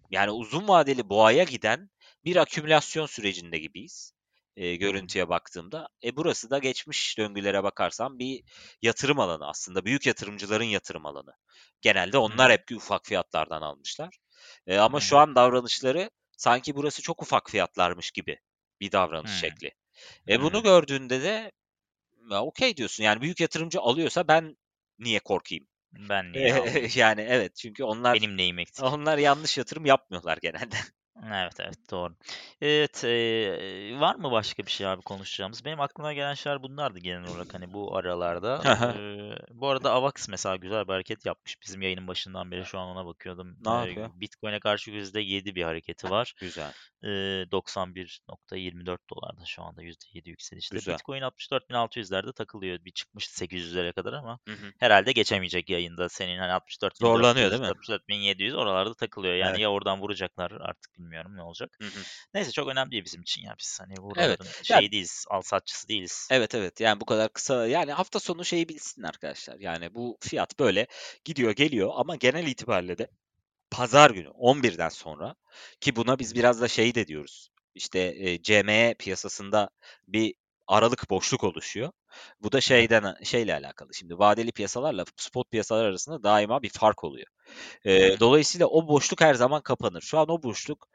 [SPEAKER 1] yani uzun vadeli boğaya giden bir akümülasyon sürecinde gibiyiz. E,
[SPEAKER 2] Hı hı.
[SPEAKER 1] görüntüye baktığımda. E burası da geçmiş döngülere bakarsan bir yatırım alanı aslında. Büyük yatırımcıların yatırım alanı. Genelde
[SPEAKER 2] Hı
[SPEAKER 1] onlar
[SPEAKER 2] hı.
[SPEAKER 1] hep ufak fiyatlardan almışlar. E, ama
[SPEAKER 2] Hı
[SPEAKER 1] şu
[SPEAKER 2] hı.
[SPEAKER 1] an davranışları sanki burası çok ufak fiyatlarmış gibi bir davranış
[SPEAKER 2] Hıı.
[SPEAKER 1] şekli. E bunu
[SPEAKER 2] Hıı.
[SPEAKER 1] gördüğünde de ya okey diyorsun. Yani büyük yatırımcı alıyorsa ben niye korkayım?
[SPEAKER 2] Ben niye almayayım?
[SPEAKER 1] Yani evet çünkü onlar
[SPEAKER 2] Benim neyim eksik?
[SPEAKER 1] onlar yanlış yatırım yapmıyorlar genelde.
[SPEAKER 2] Evet, evet, doğru. Evet, eee, var mı başka bir şey abi konuşacağımız? Benim aklıma gelen şeyler bunlardı genel olarak hani bu aralarda.
[SPEAKER 1] Hı hı.
[SPEAKER 2] Eee, bu arada Avax mesela güzel bir hareket yapmış. Bizim yayının başından beri şu an ona bakıyordum.
[SPEAKER 1] Ne
[SPEAKER 2] Eee,
[SPEAKER 1] yapıyor?
[SPEAKER 2] Bitcoin'e karşı yüzde yedi bir hareketi var.
[SPEAKER 1] Güzel,
[SPEAKER 2] Eee, doksan bir nokta yirmi dört dolarda şu anda yüzde yedi yükselişte.
[SPEAKER 1] güzel.
[SPEAKER 2] Bitcoin altmış dört bin altı yüzlerde takılıyor. Bir çıkmıştı sekiz yüzlere kadar ama
[SPEAKER 1] Hı hı.
[SPEAKER 2] herhalde geçemeyecek yayında. Senin hani altmış dört bin dört
[SPEAKER 1] Zorlanıyor değil
[SPEAKER 2] yüz,
[SPEAKER 1] mi?
[SPEAKER 2] altmış dört bin yedi yüz oralarda takılıyor. Yani
[SPEAKER 1] Evet.
[SPEAKER 2] ya oradan vuracaklar artık bilmiyorum ne olacak.
[SPEAKER 1] Hı hı.
[SPEAKER 2] Neyse çok önemli değil bizim için ya. Biz hani
[SPEAKER 1] Evet.
[SPEAKER 2] buraların
[SPEAKER 1] Ya
[SPEAKER 2] şeyi değiliz, alsatçısı değiliz.
[SPEAKER 1] evet, evet. Yani bu kadar kısa yani hafta sonu şeyi bilsin arkadaşlar. Yani bu fiyat böyle gidiyor geliyor ama genel itibariyle de pazar günü on birden sonra ki buna
[SPEAKER 2] Hı
[SPEAKER 1] biz
[SPEAKER 2] hı.
[SPEAKER 1] biraz da şey de diyoruz. İşte e, C M E piyasasında bir aralık boşluk oluşuyor. Bu da
[SPEAKER 2] Hı hı.
[SPEAKER 1] şeyden şeyle alakalı. Şimdi vadeli piyasalarla spot piyasalar arasında daima bir fark oluyor.
[SPEAKER 2] Hı
[SPEAKER 1] Eee,
[SPEAKER 2] hı.
[SPEAKER 1] dolayısıyla o boşluk her zaman kapanır. Şu an o boşluk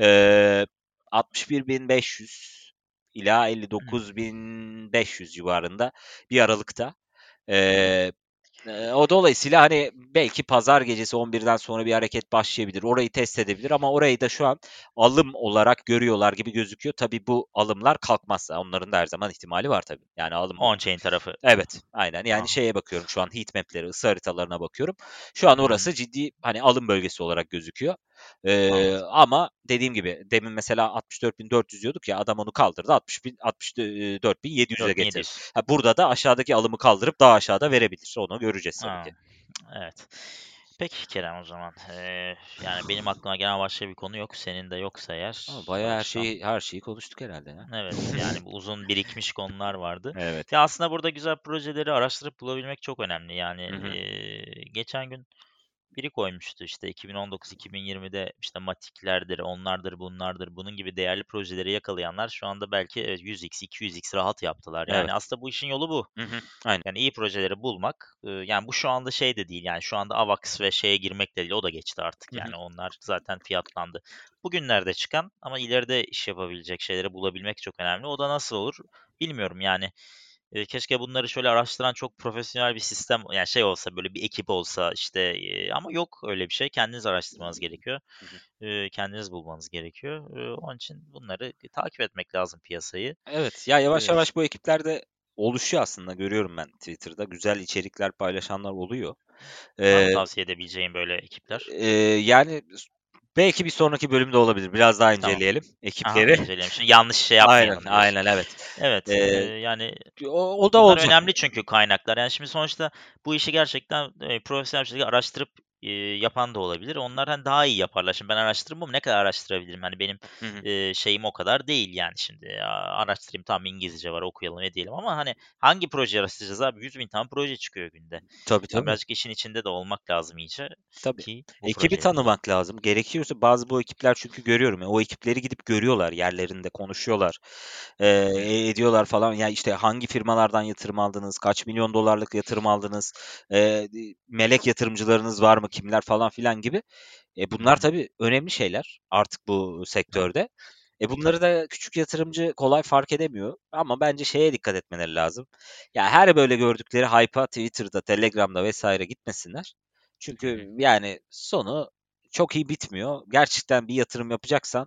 [SPEAKER 1] eee altmış bir bin beş yüz ila
[SPEAKER 2] Hı hı.
[SPEAKER 1] elli dokuz bin beş yüz civarında bir aralıkta.
[SPEAKER 2] Hı hı.
[SPEAKER 1] Eee Eee, o dolayısıyla, hani, belki pazar gecesi on birden sonra bir hareket başlayabilir. Orayı test edebilir ama orayı da şu an alım olarak görüyorlar gibi gözüküyor. Tabii bu alımlar kalkmazsa onların da her zaman ihtimali var tabii. Yani alım
[SPEAKER 2] On-chain tarafı.
[SPEAKER 1] evet, aynen. Yani
[SPEAKER 2] Aha.
[SPEAKER 1] şeye bakıyorum şu an heat map'lere, ısı haritalarına bakıyorum. Şu an
[SPEAKER 2] Hı hı.
[SPEAKER 1] orası ciddi, hani, alım bölgesi olarak gözüküyor. Eee,
[SPEAKER 2] Anladım.
[SPEAKER 1] ama dediğim gibi demin mesela altmış dört bin dört yüz diyorduk ya, adam onu kaldırdı altmış bin altmış dört bin yedi yüze getirdi.
[SPEAKER 2] dört bin yedi yüz.
[SPEAKER 1] Ha, burada da aşağıdaki alımı kaldırıp daha aşağıda verebilir. Onu göreceğiz tabii
[SPEAKER 2] A!
[SPEAKER 1] ki.
[SPEAKER 2] Evet. Peki Kerem o zaman. Eee, yani benim aklıma gelen başka bir konu yok. Senin de yoksa eğer
[SPEAKER 1] Ama bayağı her
[SPEAKER 2] yavaştan.
[SPEAKER 1] şeyi her şeyi konuştuk herhalde ya.
[SPEAKER 2] Evet, yani bu uzun birikmiş konular vardı.
[SPEAKER 1] Evet.
[SPEAKER 2] Ya aslında burada güzel projeleri araştırıp bulabilmek çok önemli. Yani
[SPEAKER 1] Hı hı.
[SPEAKER 2] eee, geçen gün biri koymuştu işte iki bin on dokuz-iki bin yirmide işte Matik'lerdir, onlardır, bunlardır, bunun gibi değerli projeleri yakalayanlar şu anda belki evet, yüz x, iki yüz x rahat yaptılar.
[SPEAKER 1] Evet.
[SPEAKER 2] Yani aslında bu işin yolu bu.
[SPEAKER 1] Hı hı. Aynen.
[SPEAKER 2] Yani iyi projeleri bulmak, ııı, yani bu şu anda şey de değil, yani şu anda AVAX ve şeye girmek de değil, o da geçti artık
[SPEAKER 1] Hı hı.
[SPEAKER 2] yani onlar zaten fiyatlandı. Bugünlerde çıkan ama ileride iş yapabilecek şeyleri bulabilmek çok önemli. O da nasıl olur bilmiyorum yani. Eee, keşke bunları şöyle araştıran çok profesyonel bir sistem, yani şey olsa, böyle bir ekip olsa işte, eee, ama yok öyle bir şey. Kendiniz araştırmanız gerekiyor.
[SPEAKER 1] Hı hı.
[SPEAKER 2] Eee, kendiniz bulmanız gerekiyor. Eee, onun için bunları takip etmek lazım piyasayı.
[SPEAKER 1] Evet. Ya, yavaş
[SPEAKER 2] Eee
[SPEAKER 1] yavaş bu ekipler de oluşuyor aslında. Görüyorum ben Twitter'da. Güzel içerikler paylaşanlar oluyor.
[SPEAKER 2] Var mı
[SPEAKER 1] Eee,
[SPEAKER 2] tavsiye edebileceğin böyle ekipler?
[SPEAKER 1] eee, yani s belki bir sonraki bölümde olabilir. Biraz daha
[SPEAKER 2] Tamam.
[SPEAKER 1] inceleyelim
[SPEAKER 2] Aha,
[SPEAKER 1] ekipleri.
[SPEAKER 2] inceleyelim. Şimdi yanlış şey
[SPEAKER 1] Aynen,
[SPEAKER 2] yapmayalım diyorsun.
[SPEAKER 1] aynen, evet.
[SPEAKER 2] Evet, eee,
[SPEAKER 1] Eee,
[SPEAKER 2] yani
[SPEAKER 1] o o da
[SPEAKER 2] bunlar
[SPEAKER 1] olacak.
[SPEAKER 2] önemli çünkü kaynaklar. Yani şimdi sonuçta bu işi gerçekten, eee, profesyonel bir şekilde araştırıp, eee, yapan da olabilir. Onlar, hani, daha iyi yaparlar. Şimdi ben araştırdım ama ne kadar araştırabilirim? Hani, benim,
[SPEAKER 1] Hı hı.
[SPEAKER 2] eee, şeyim o kadar değil yani şimdi. Ya, araştırayım, tamam İngilizce var, okuyalım, edelim ama, hani, hangi projeyi araştıracağız abi? yüz bin tane proje çıkıyor günde.
[SPEAKER 1] Tabii,
[SPEAKER 2] Ya,
[SPEAKER 1] tabii.
[SPEAKER 2] birazcık işin içinde de olmak lazım iyice
[SPEAKER 1] Tabii.
[SPEAKER 2] ki bu
[SPEAKER 1] Ekibi
[SPEAKER 2] projeleri bulalım.
[SPEAKER 1] tanımak lazım. Gerekiyorsa bazı bu ekipler çünkü görüyorum ya, o ekipleri gidip görüyorlar yerlerinde, konuşuyorlar,
[SPEAKER 2] Hı hı.
[SPEAKER 1] eee, ediyorlar falan. Ya, işte, hangi firmalardan yatırım aldınız, kaç milyon dolarlık yatırım aldınız, eee, di melek yatırımcılarınız var mı, kimler falan filan gibi. E,
[SPEAKER 2] Hı
[SPEAKER 1] bunlar
[SPEAKER 2] hı.
[SPEAKER 1] tabii önemli şeyler artık bu
[SPEAKER 2] Tabii,
[SPEAKER 1] sektörde. E, bunları
[SPEAKER 2] tabii.
[SPEAKER 1] da küçük yatırımcı kolay fark edemiyor ama bence şeye dikkat etmeleri lazım. Ya, her böyle gördükleri hype'a Twitter'da, Telegram'da vesaire gitmesinler.
[SPEAKER 2] Hı hı.
[SPEAKER 1] Çünkü, yani, sonu çok iyi bitmiyor. Gerçekten bir yatırım yapacaksan,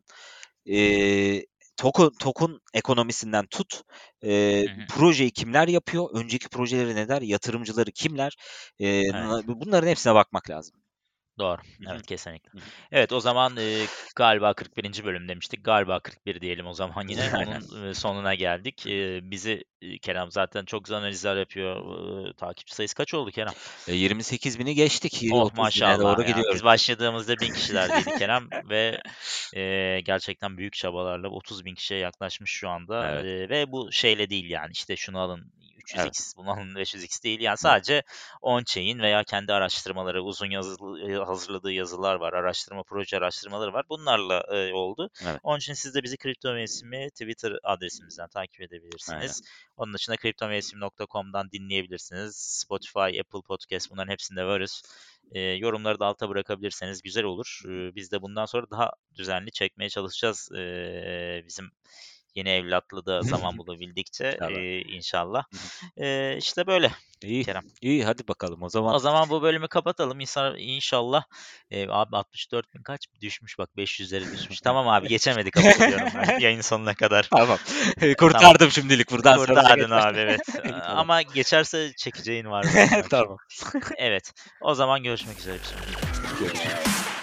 [SPEAKER 1] eee, token token ekonomisinden tut, eee,
[SPEAKER 2] Hı hı.
[SPEAKER 1] projeyi kimler yapıyor, önceki projeleri neler, yatırımcıları kimler, eee,
[SPEAKER 2] Evet.
[SPEAKER 1] na bunların hepsine bakmak lazım.
[SPEAKER 2] Doğru.
[SPEAKER 1] Hı hı.
[SPEAKER 2] Evet, kesinlikle.
[SPEAKER 1] Hı hı.
[SPEAKER 2] Evet, o zaman, eee, galiba kırk birinci bölüm demiştik. Galiba kırk bir diyelim o zaman yine.
[SPEAKER 1] Aynen.
[SPEAKER 2] Onun, eee, sonuna geldik.
[SPEAKER 1] Hı hı.
[SPEAKER 2] Eee, bizi, eee, Kerem zaten çok güzel analizler yapıyor. Iıı, takipçi sayısı kaç oldu Kerem?
[SPEAKER 1] E, yirmi sekiz bini geçtik. Y
[SPEAKER 2] Oh,
[SPEAKER 1] otuz bine doğru
[SPEAKER 2] maşallah ya.
[SPEAKER 1] gidiyoruz.
[SPEAKER 2] Biz başladığımızda bin kişilerdeydi Kerem ve, eee, gerçekten büyük çabalarla otuz bin kişiye yaklaşmış şu anda,
[SPEAKER 1] Evet.
[SPEAKER 2] eee, ve bu şeyle değil yani, işte, şunu alın, üç yüz
[SPEAKER 1] Evet.
[SPEAKER 2] x bunun beş yüz x değil. Yani
[SPEAKER 1] Evet.
[SPEAKER 2] sadece on-chain veya kendi araştırmaları, uzun yazılı, hazırladığı yazılar var, araştırma, proje araştırmaları var. Bunlarla e, oldu.
[SPEAKER 1] Evet.
[SPEAKER 2] Onun için siz de bizi Kripto Mevsimi Twitter adresimizden takip
[SPEAKER 1] Aynen.
[SPEAKER 2] edebilirsiniz. Onun dışında kripto mevsim nokta com'dan dinleyebilirsiniz. Spotify, Apple Podcast bunların hepsinde varız. E, yorumları da alta bırakabilirseniz güzel olur. E, biz de bundan sonra daha düzenli çekmeye çalışacağız. E, bizim yeni evlatlı da zaman bulabildikçe
[SPEAKER 1] İnşallah.
[SPEAKER 2] e, inşallah.
[SPEAKER 1] Hı hı.
[SPEAKER 2] E, işte böyle
[SPEAKER 1] İyi.
[SPEAKER 2] Kerem.
[SPEAKER 1] İyi hadi bakalım o zaman.
[SPEAKER 2] O zaman bu bölümü kapatalım. İnsan, inşallah. E, abi altmış dört bin kaç düşmüş bak beş yüzlere düşmüş. Tamam abi geçemedik hatırlıyorum ben yayın sonuna kadar.
[SPEAKER 1] Tamam.
[SPEAKER 2] Tamam.
[SPEAKER 1] Kurtardım şimdilik buradan sonra
[SPEAKER 2] Kurtardın
[SPEAKER 1] geçmez.
[SPEAKER 2] abi evet.
[SPEAKER 1] İyi, tamam.
[SPEAKER 2] Ama geçerse çekeceğin var zaten.
[SPEAKER 1] Tamam.
[SPEAKER 2] Evet. O zaman görüşmek üzere bir sonraki.
[SPEAKER 1] Görüşürüz.